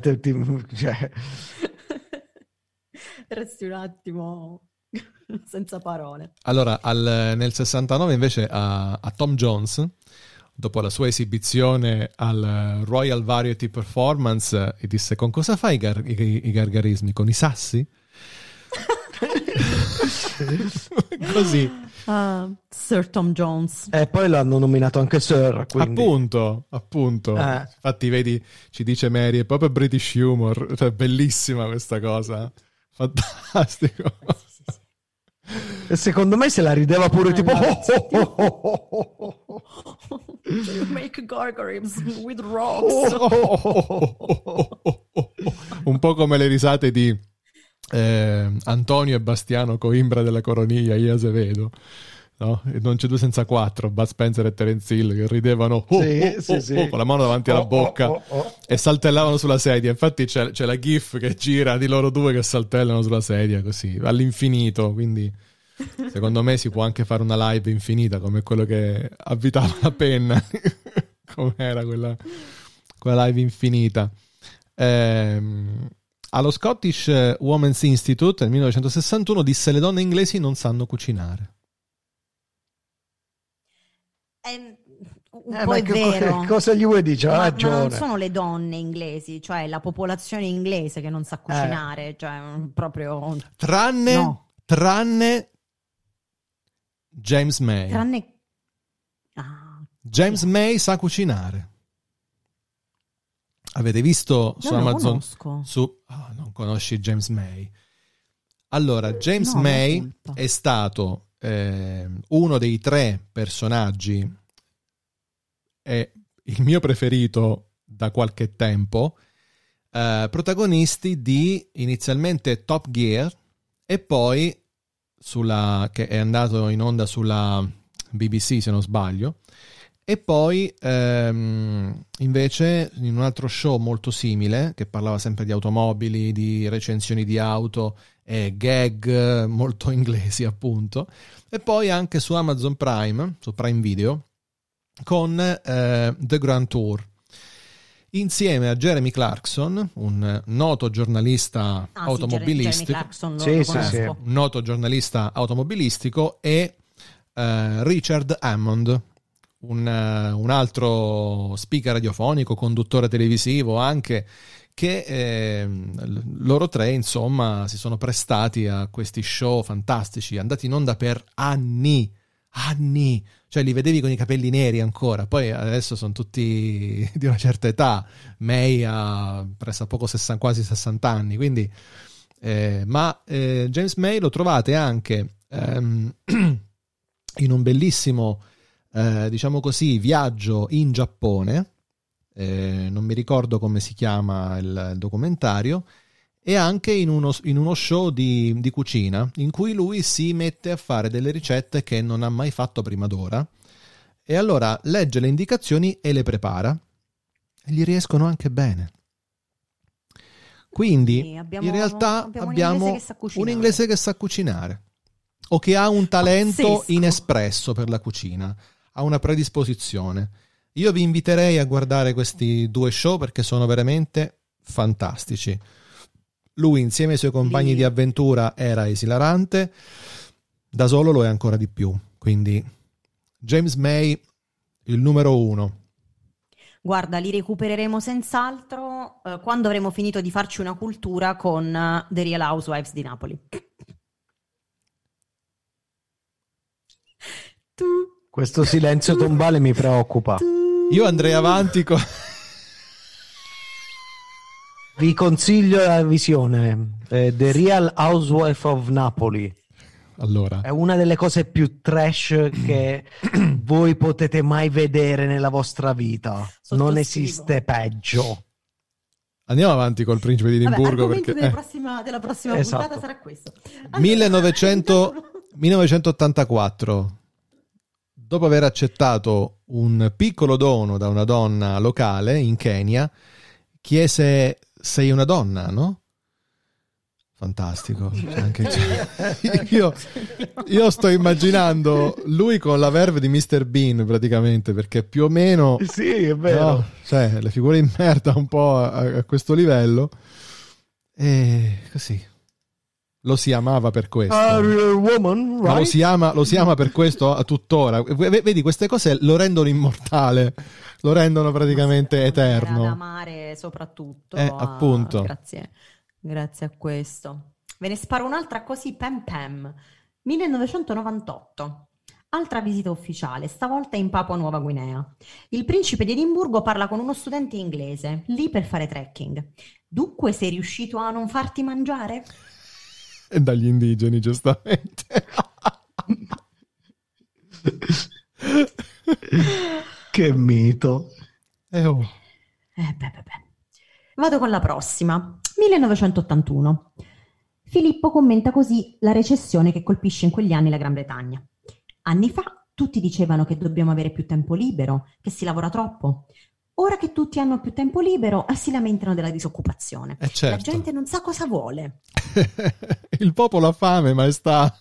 Resti un attimo senza parole. Allora, nel 69 invece a Tom Jones, dopo la sua esibizione al Royal Variety Performance, gli disse: con cosa fai i gargarismi? Con i sassi? Così. Sir Tom Jones. E poi l'hanno nominato anche Sir, quindi. Appunto. Infatti vedi, ci dice Mary, è proprio British humor, cioè bellissima questa cosa, fantastico. E secondo me se la rideva pure tipo You make gargarisms with rocks. Un po' come le risate di Antonio e Bastiano Coimbra della Coroniglia, io Azevedo, no? E non c'è due senza quattro, Bud Spencer e Terence Hill, che ridevano con la mano davanti alla bocca e saltellavano sulla sedia. Infatti c'è la gif che gira di loro due che saltellano sulla sedia così all'infinito, quindi secondo me si può anche fare una live infinita come quello che avvitava la penna. Com'era quella live infinita. Allo Scottish Women's Institute nel 1961 disse: le donne inglesi non sanno cucinare. Un po' è vero. Cosa gli vuoi dire? Ha ma ragione. non sono le donne inglesi, cioè la popolazione inglese che non sa cucinare, cioè proprio tranne James May. James May sa cucinare. Avete visto su Amazon? Non conosci James May? Allora, James May è stato uno dei 3 personaggi, è il mio preferito da qualche tempo, protagonisti di inizialmente Top Gear e poi che è andato in onda sulla BBC se non sbaglio, e poi invece in un altro show molto simile che parlava sempre di automobili, di recensioni di auto e gag molto inglesi appunto, e poi anche su Amazon Prime, su Prime Video, con The Grand Tour, insieme a Jeremy Clarkson, un noto giornalista automobilistico, un noto giornalista automobilistico, e Richard Hammond, un altro speaker radiofonico, conduttore televisivo anche, che loro 3 insomma si sono prestati a questi show fantastici, andati in onda per anni, cioè li vedevi con i capelli neri ancora, poi adesso sono tutti di una certa età. May ha pressappoco quasi 60 anni, quindi James May lo trovate anche in un bellissimo diciamo così viaggio in Giappone, non mi ricordo come si chiama il documentario, e anche in uno show di cucina in cui lui si mette a fare delle ricette che non ha mai fatto prima d'ora, e allora legge le indicazioni e le prepara, e gli riescono anche bene. Quindi Sì, in realtà abbiamo un inglese che sa cucinare o che ha un talento Pazzesco. inespresso per la cucina, ha una predisposizione. Io vi inviterei a guardare questi 2 show perché sono veramente fantastici. Lui insieme ai suoi compagni di avventura era esilarante, da solo lo è ancora di più. Quindi James May, il numero 1. Guarda, li recupereremo senz'altro quando avremo finito di farci una cultura con The Real Housewives di Napoli. Questo silenzio tombale mi preoccupa. Io andrei avanti con... Vi consiglio la visione The Real Housewife of Napoli. Allora, è una delle cose più trash che voi potete mai vedere nella vostra vita. Non esiste peggio. Andiamo avanti col Principe di Edimburgo. Vabbè, perché della prossima Esatto. puntata sarà questo. 1984. Dopo aver accettato un piccolo dono da una donna locale in Kenya, chiese: sei una donna, no? Fantastico. Io sto immaginando lui con la verve di Mr. Bean praticamente, perché più o meno sì, è vero. No, cioè le figure in merda un po' a questo livello, e così lo si amava per questo. Woman, right? Ma lo si ama per questo a tuttora. Vedi, queste cose lo rendono immortale, lo rendono praticamente eterno. Ad amare soprattutto. Appunto. Grazie a questo. Ve ne sparo un'altra così pam pam. 1998. Altra visita ufficiale, stavolta in Papua Nuova Guinea. Il principe di Edimburgo parla con uno studente inglese, lì per fare trekking. Dunque sei riuscito a non farti mangiare? E dagli indigeni, giustamente. Che mito. Beh. Vado con la prossima. 1981. Filippo commenta così la recessione che colpisce in quegli anni la Gran Bretagna. Anni fa tutti dicevano che dobbiamo avere più tempo libero, che si lavora troppo. Ora che tutti hanno più tempo libero, si lamentano della disoccupazione. Certo. La gente non sa cosa vuole. Il popolo ha fame, maestà.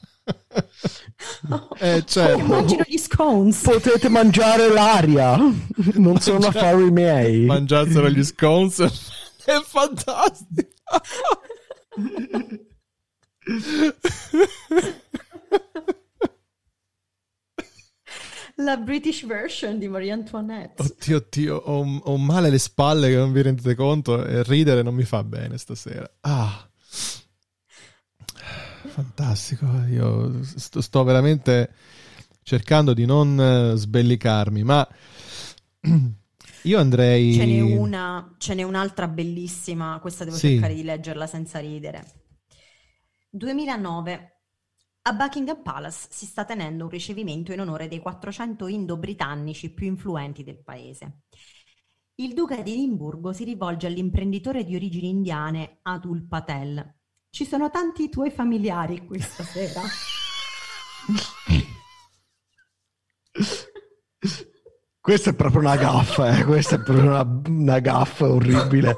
Certo. Immagino gli scones. Potete mangiare l'aria, non sono affari miei. Mangiassero gli scones è fantastico. La British version di Marie Antoinette. Oddio, ho male alle spalle che non vi rendete conto, e ridere non mi fa bene stasera. Fantastico. Io sto veramente cercando di non sbellicarmi, ma io andrei... Ce n'è un'altra bellissima, questa devo cercare di leggerla senza ridere. 2009. A Buckingham Palace si sta tenendo un ricevimento in onore dei 400 indo-britannici più influenti del paese. Il duca di Edimburgo si rivolge all'imprenditore di origini indiane Atul Patel. Ci sono tanti tuoi familiari qui stasera? Questa è proprio una gaffa, questa è proprio una gaffa orribile.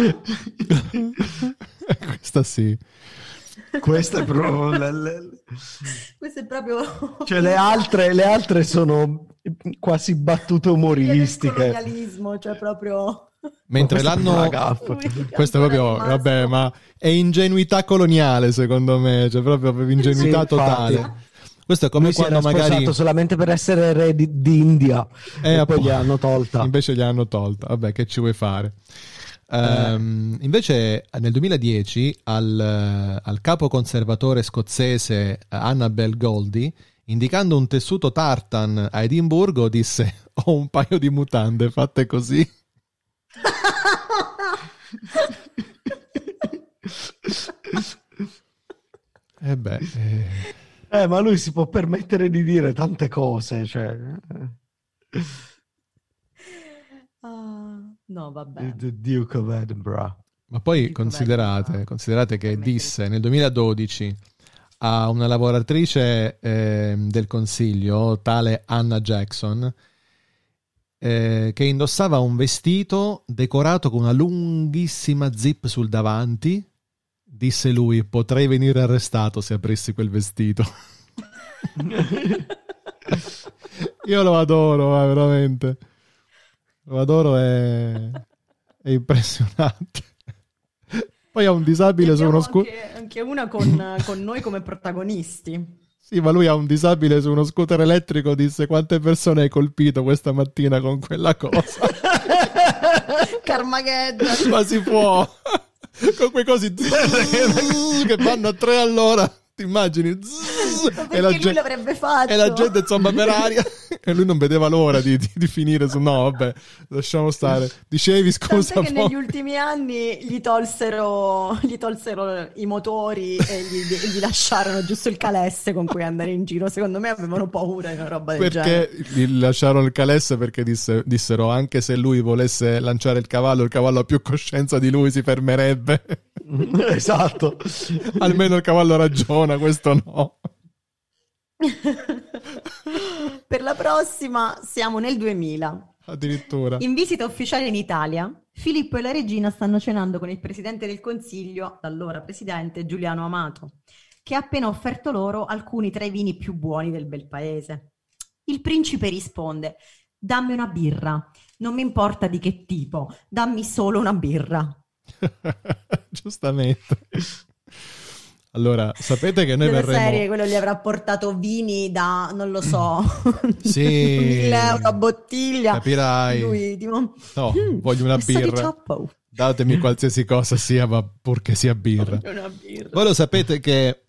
Questa sì. Questa è proprio... Questo è proprio... Cioè le altre sono quasi battute umoristiche. Colonialismo, cioè proprio... Mentre l'hanno... Questo è proprio... Vabbè, ma è ingenuità coloniale, secondo me. Cioè proprio ingenuità totale. Questo è come quando magari... solamente per essere re di India. E poi gli hanno tolta. Invece gli hanno tolta. Vabbè, che ci vuoi fare? Invece nel 2010 al capo conservatore scozzese Annabel Goldie, indicando un tessuto tartan a Edimburgo, disse: ho un paio di mutande fatte così. Ma lui si può permettere di dire tante cose, cioè... No, vabbè. The Duke of Edinburgh. Ma poi considerate che disse nel 2012 a una lavoratrice del consiglio, tale Anna Jackson, che indossava un vestito decorato con una lunghissima zip sul davanti. Disse lui: potrei venire arrestato se aprissi quel vestito. Io lo adoro, veramente. Lo adoro, è impressionante. Poi ha un disabile su uno scooter. Anche una con noi come protagonisti. Sì, ma lui ha un disabile su uno scooter elettrico. Disse: quante persone hai colpito questa mattina con quella cosa? Carmageddon. Ma si può. Con quei cosi che vanno a 3 all'ora. Ti immagini? E lui l'avrebbe fatto. E la gente, insomma, per aria. E lui non vedeva l'ora di finire su. No, vabbè, lasciamo stare. Dicevi, scusa. Tant'è che negli ultimi anni gli tolsero i motori e gli lasciarono giusto il calesse con cui andare in giro. Secondo me avevano paura di una roba del genere. Perché gli lasciarono il calesse? Perché dissero: anche se lui volesse lanciare il cavallo ha più coscienza di lui, si fermerebbe. Esatto. Almeno il cavallo ragiona, questo no. Per la prossima siamo nel 2000. Addirittura. In visita ufficiale in Italia, Filippo e la regina stanno cenando con il presidente del Consiglio, l'allora presidente Giuliano Amato, che ha appena offerto loro alcuni tra i vini più buoni del bel paese. Il principe risponde: dammi una birra, non mi importa di che tipo, dammi solo una birra. Giustamente. Allora, sapete che noi della verremo... serie, quello gli avrà portato vini da, non lo so, sì, 1.000 euro a bottiglia. Capirai. Lui, tipo, no, voglio una birra. Datemi qualsiasi cosa sia, ma purché sia birra. Voi lo sapete che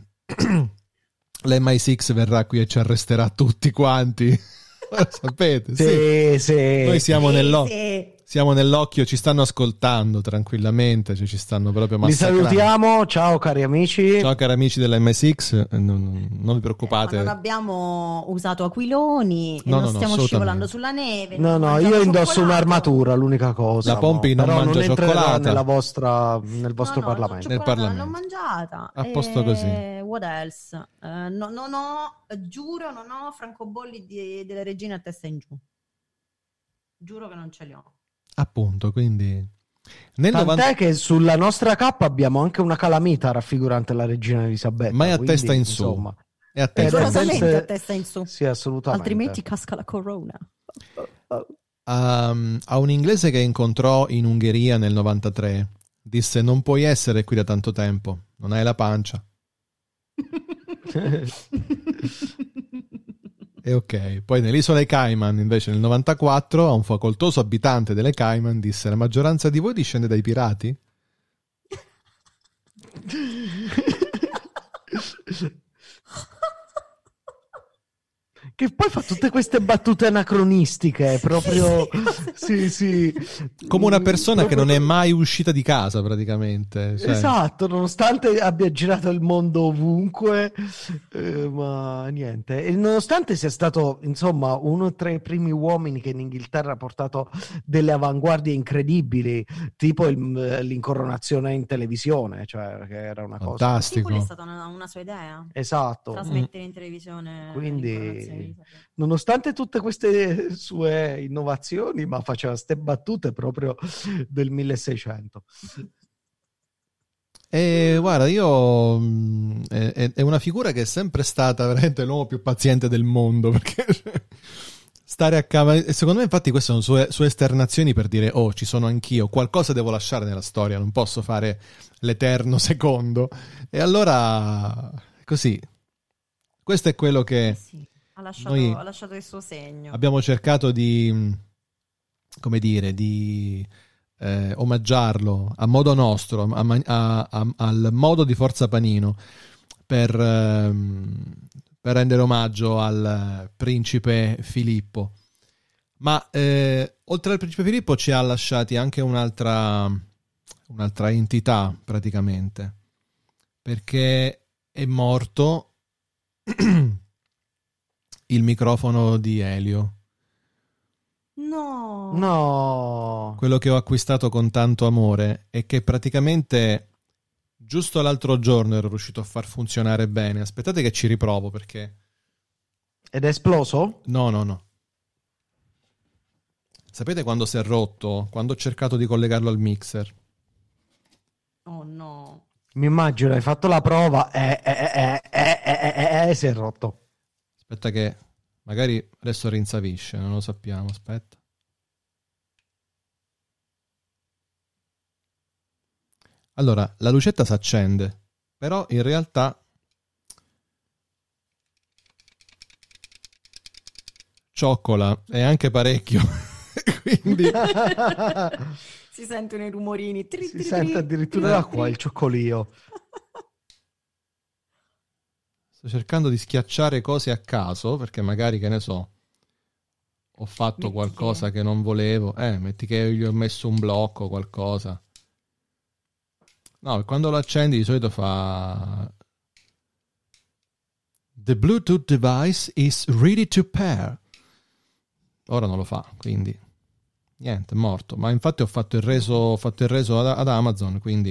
l'MI6 verrà qui e ci arresterà tutti quanti? Lo sapete? Sì. Noi siamo siamo nell'occhio, ci stanno ascoltando tranquillamente, cioè ci stanno proprio massacrando. Li salutiamo, ciao cari amici. Ciao cari amici dell'MI6, non vi preoccupate. Ma non abbiamo usato aquiloni, no, non stiamo scivolando sulla neve. No, io indosso un'armatura, l'unica cosa. La Pompi non mangia cioccolata. Nel vostro Parlamento. Nel Parlamento. L'ho mangiata. A posto così. What else? Giuro, non ho francobolli delle regine a testa in giù. Giuro che non ce li ho. Appunto, quindi tant'è che sulla nostra cappa abbiamo anche una calamita raffigurante la regina Elisabetta. Ma è a testa in su. Insomma, è a testa a testa in su. Sì, assolutamente. Altrimenti casca la corona. A un inglese che incontrò in Ungheria nel 93 disse: non puoi essere qui da tanto tempo, non hai la pancia. E ok, poi nelle isole Cayman invece nel 94 a un facoltoso abitante delle Cayman disse: la maggioranza di voi discende dai pirati? Che poi fa tutte queste battute anacronistiche, proprio sì. Come una persona che non è mai uscita di casa praticamente. Cioè... Esatto, nonostante abbia girato il mondo ovunque, ma niente. E nonostante sia stato, insomma, uno tra i primi uomini che in Inghilterra ha portato delle avanguardie incredibili, tipo l'incoronazione in televisione, cioè che era una fantastico. cosa. È stata una sua idea. Esatto. Trasmettere in televisione. Quindi nonostante tutte queste sue innovazioni, ma faceva ste battute proprio del 1600. E guarda, io è una figura che è sempre stata veramente l'uomo più paziente del mondo, perché stare a casa, e secondo me infatti queste sono sue esternazioni per dire: oh, ci sono anch'io, qualcosa devo lasciare nella storia, non posso fare l'eterno secondo. E allora così, questo è quello che ha lasciato il suo segno. Abbiamo cercato di, come dire, di omaggiarlo a modo nostro, al modo di Forza Panino, per rendere omaggio al principe Filippo. Ma oltre al principe Filippo ci ha lasciati anche un'altra entità praticamente, perché è morto il microfono di Elio. No. Quello che ho acquistato con tanto amore e che praticamente giusto l'altro giorno ero riuscito a far funzionare bene. Aspettate che ci riprovo perché... Ed è esploso? No. Sapete quando si è rotto? Quando ho cercato di collegarlo al mixer. Oh no. Mi immagino, hai fatto la prova si è rotto. Aspetta che magari adesso rinsavisce, non lo sappiamo, aspetta. Allora, la lucetta si accende, però in realtà cioccola è anche parecchio. Quindi si sentono i rumorini. Si sente addirittura da qua il cioccolio. Sto cercando di schiacciare cose a caso, perché magari, che ne so, ho fatto qualcosa che non volevo. Metti che gli ho messo un blocco, qualcosa. No, quando lo accendi di solito fa The Bluetooth device is ready to pair. Ora non lo fa, quindi niente, è morto. Ma infatti ho fatto il reso ad Amazon, quindi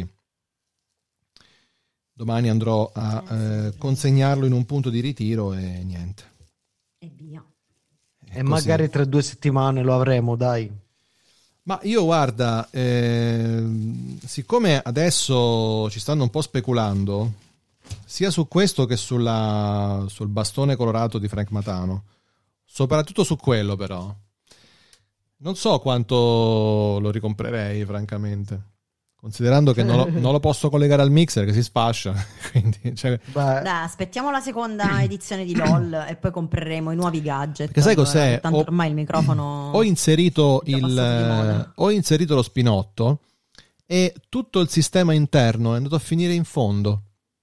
domani andrò a consegnarlo in un punto di ritiro e niente. E via. E magari tra 2 settimane lo avremo, dai. Ma io guarda, siccome adesso ci stanno un po' speculando, sia su questo che sul bastone colorato di Frank Matano, soprattutto su quello però, non so quanto lo ricomprerei francamente, considerando che non lo posso collegare al mixer che si sfascia. Quindi, cioè... Dai, aspettiamo la seconda edizione di LOL e poi compreremo i nuovi gadget. Perché sai cos'è? Tanto ormai il microfono ho inserito lo spinotto e tutto il sistema interno è andato a finire in fondo.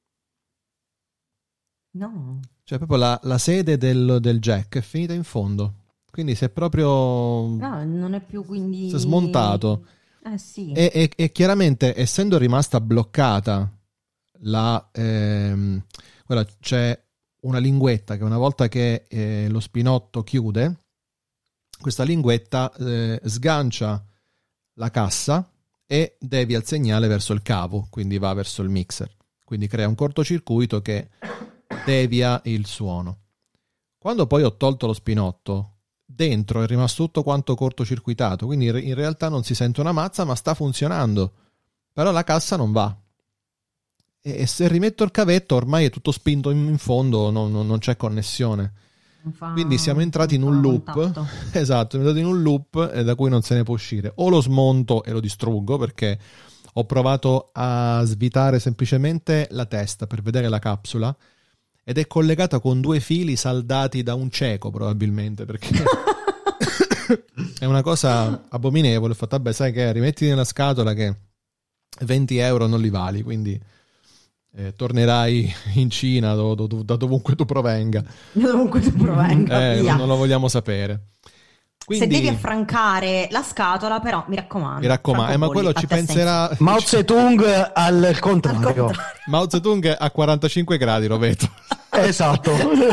No. Cioè proprio la sede del jack è finita in fondo. Quindi si è proprio... No, non è più quindi... Si è smontato. Sì. E chiaramente, essendo rimasta bloccata guarda, c'è una linguetta che una volta che lo spinotto chiude, questa linguetta sgancia la cassa e devia il segnale verso il cavo, quindi va verso il mixer. Quindi crea un cortocircuito che devia il suono. Quando poi ho tolto lo spinotto, dentro è rimasto tutto quanto cortocircuitato, quindi in realtà non si sente una mazza, ma sta funzionando, però la cassa non va, e se rimetto il cavetto ormai è tutto spinto in fondo, non c'è connessione, quindi siamo entrati in un loop contatto. Esatto, siamo entrati in un loop da cui non se ne può uscire. O lo smonto e lo distruggo, perché ho provato a svitare semplicemente la testa per vedere la capsula ed è collegata con 2 fili saldati da un cieco probabilmente, perché è una cosa abominevole. Ho fatto, vabbè, sai che rimetti nella scatola che 20 euro non li vali, quindi tornerai in Cina da dovunque tu provenga. Da dovunque tu provenga, via. Non lo vogliamo sapere. Quindi, se devi affrancare la scatola, però mi raccomando, ma quello ci penserà Mao Zedong al contrario. Mao Zedong a 45 gradi lo vedo. Esatto.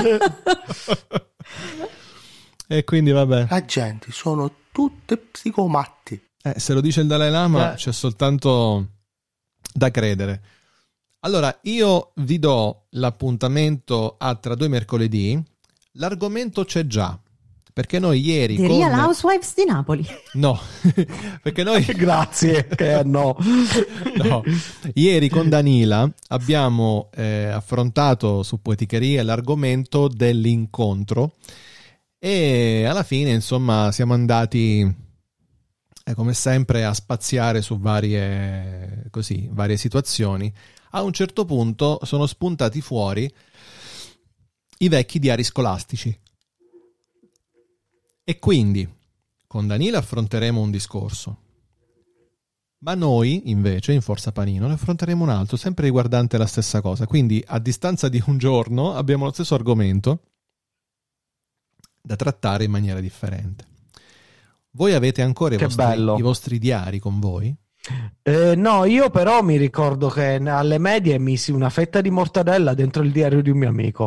E quindi vabbè, la gente sono tutte psicomatti. Se lo dice il Dalai Lama c'è soltanto da credere. Allora io vi do l'appuntamento a tra 2 mercoledì. L'argomento c'è già, perché noi ieri The Real Housewives di Napoli. No, perché noi grazie che no. Ieri con Danila abbiamo affrontato su Poeticheria l'argomento dell'incontro e alla fine insomma siamo andati come sempre a spaziare su varie situazioni. A un certo punto sono spuntati fuori i vecchi diari scolastici. E quindi con Danila affronteremo un discorso, ma noi invece in Forza Panino ne affronteremo un altro, sempre riguardante la stessa cosa. Quindi a distanza di un giorno abbiamo lo stesso argomento da trattare in maniera differente. Voi avete ancora i vostri diari con voi? No, io però mi ricordo che alle medie misi una fetta di mortadella dentro il diario di un mio amico.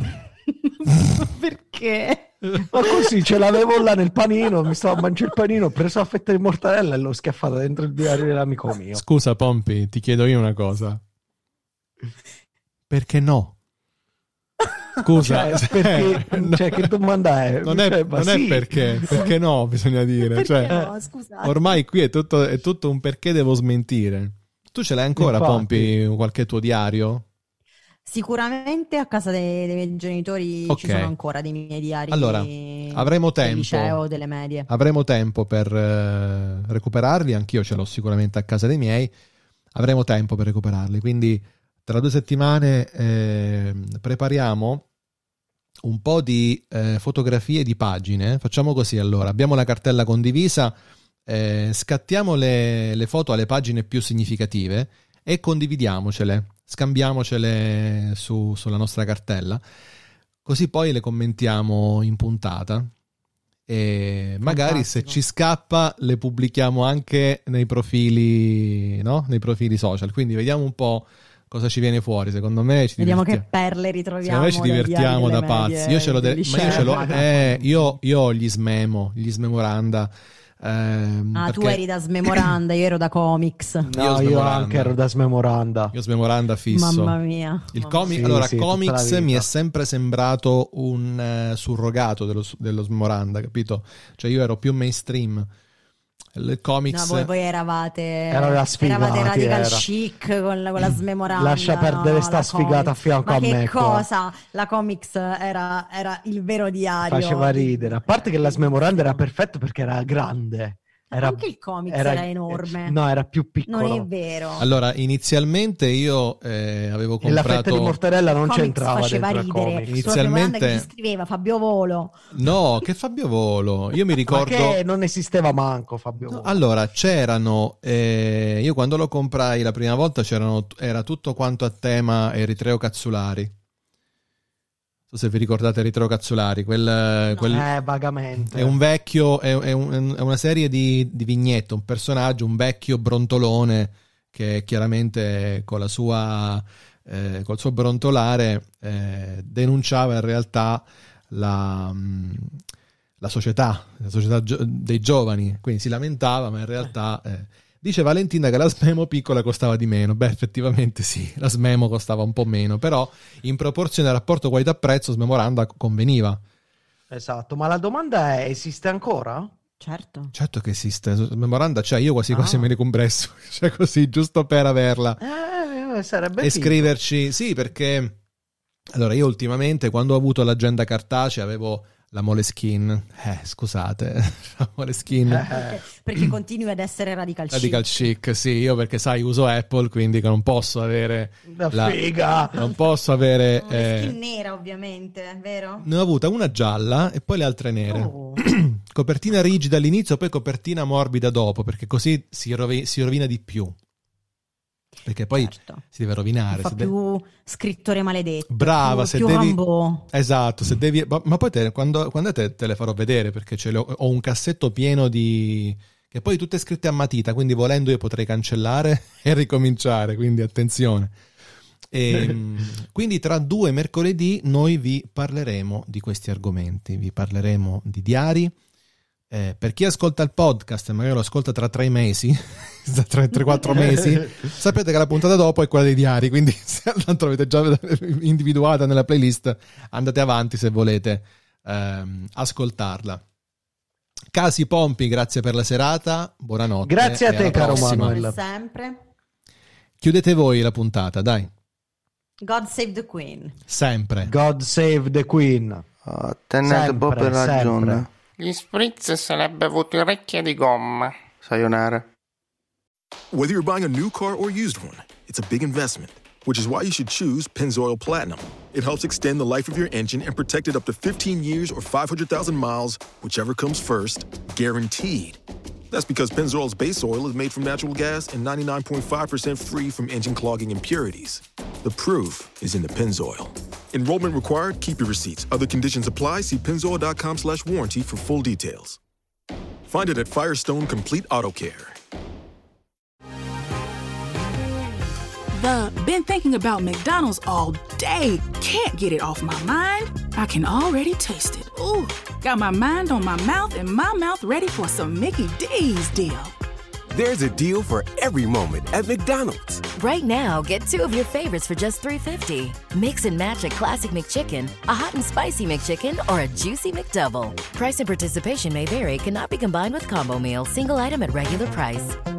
Perché? Ma così ce l'avevo là nel panino, mi stavo a mangiare il panino, ho preso la fetta di mortadella e l'ho schiaffata dentro il diario dell'amico mio. Scusa Pompi, ti chiedo io una cosa. Perché no? Scusa, che domanda è? Non è perché no, bisogna dire. Perché no, scusate. Ormai qui è tutto un perché devo smentire. Tu ce l'hai ancora, Infatti. Pompi, qualche tuo diario? Sicuramente a casa dei miei genitori Ok. ci sono ancora dei miei diari. Allora, avremo del tempo. liceo, delle medie. Avremo tempo per recuperarli, anch'io ce l'ho sicuramente a casa dei miei. Avremo tempo per recuperarli, quindi tra 2 settimane prepariamo un po' di fotografie di pagine. Facciamo così allora, abbiamo la cartella condivisa, scattiamo le foto alle pagine più significative e condividiamocele, scambiamocele sulla nostra cartella, così poi le commentiamo in puntata e magari se ci scappa le pubblichiamo anche nei profili, no? Nei profili social, quindi vediamo un po' cosa ci viene fuori. Secondo me ci Vediamo divertiamo. che perle ritroviamo. Secondo me ci divertiamo da dai diari delle pazzi. Io ce l'ho, medie, del liceo. io ho gli smemoranda. Tu eri da smemoranda, io ero da comics. No, io anche ero da smemoranda. Io smemoranda fisso. Mamma mia. Il comic, Sì, allora, sì, comics tutta la mi è vita. sempre sembrato un surrogato dello smemoranda, capito? Cioè io ero più mainstream. Il comics... No, voi eravate Era sfigati, eravate radical era. chic con la smemoranda. Lascia perdere sta la sfigata comics. a fianco Ma a me, che qua. cosa? La comics era il vero diario. Faceva ridere. A parte che la smemoranda era perfetto perché era grande. Era, Anche il comics era enorme. No, era più piccolo. Non è vero. Allora, inizialmente io avevo E la fetta comprato... di mortadella non Comics c'entrava faceva dentro il ridere. comics. Sulla smemoranda che Inizialmente... ci scriveva Fabio Volo. No, che Fabio Volo. Io mi ricordo... Ma che non esisteva manco Fabio Volo. Allora, c'erano... io quando lo comprai la prima volta era tutto quanto a tema Eritreo Cazzulari. Non so se vi ricordate Eritreo Cazzulari. Vagamente. È un vecchio... È una serie di vignette, un personaggio, un vecchio brontolone che chiaramente col suo brontolare denunciava in realtà la società dei giovani, quindi si lamentava, ma in realtà dice Valentina che la Smemo piccola costava di meno. Beh, effettivamente sì, la Smemo costava un po' meno, però in proporzione al rapporto qualità-prezzo Smemoranda conveniva. Esatto, ma la domanda è: esiste ancora? Certo che esiste, Smemoranda c'è, io quasi me ne compresso, cioè così, giusto per averla. Sarebbe E figo. scriverci, sì, perché allora io ultimamente quando ho avuto l'agenda cartacea avevo la Moleskine, scusate, la Moleskine. Perché continui ad essere radical chic. Radical chic, sì, io perché sai uso Apple, quindi che non posso avere la figa. Non posso avere Skin nera ovviamente, vero? ne ho avuta una gialla e poi le altre nere. Copertina rigida all'inizio, poi copertina morbida dopo, perché così si rovina di più. Perché poi si deve rovinare. Fa più scrittore maledetto. Brava, se più devi... Rambo. Esatto, se devi... Ma poi quando te le farò vedere, perché ho un cassetto pieno di... che poi tutte scritte a matita, quindi volendo io potrei cancellare e ricominciare, quindi attenzione. Quindi tra 2 mercoledì noi vi parleremo di questi argomenti, vi parleremo di diari. Per chi ascolta il podcast e magari lo ascolta tra 3 mesi, 3-4 mesi, sapete che la puntata dopo è quella dei diari, quindi se tanto l'avete già individuata nella playlist, andate avanti se volete ascoltarla. Casi Pompi, grazie per la serata, buonanotte. Grazie a te, caro prossima. Manuel. Sempre. Chiudete voi la puntata, dai. God save the Queen. Sempre. God save the Queen. Tenete proprio ragione. sempre. Gli spritz se l'è bevuto orecchie di gomma. Sayonara. Whether you're buying a new car or used one, it's a big investment, which is why you should choose Pennzoil Platinum. It helps extend the life of your engine and protect it up to 15 years or 500,000 miles, whichever comes first, guaranteed. That's because Pennzoil's base oil is made from natural gas and 99.5% free from engine clogging impurities. The proof is in the Pennzoil. Enrollment required. Keep your receipts. Other conditions apply. See pennzoil.com/warranty for full details. Find it at Firestone Complete Auto Care. Been thinking about McDonald's all day. Can't get it off my mind. I can already taste it. Ooh, got my mind on my mouth and my mouth ready for some Mickey D's deal. There's a deal for every moment at McDonald's. Right now, get 2 of your favorites for just $3.50. Mix and match a classic McChicken, a hot and spicy McChicken, or a juicy McDouble. Price and participation may vary. Cannot be combined with combo meal. Single item at regular price.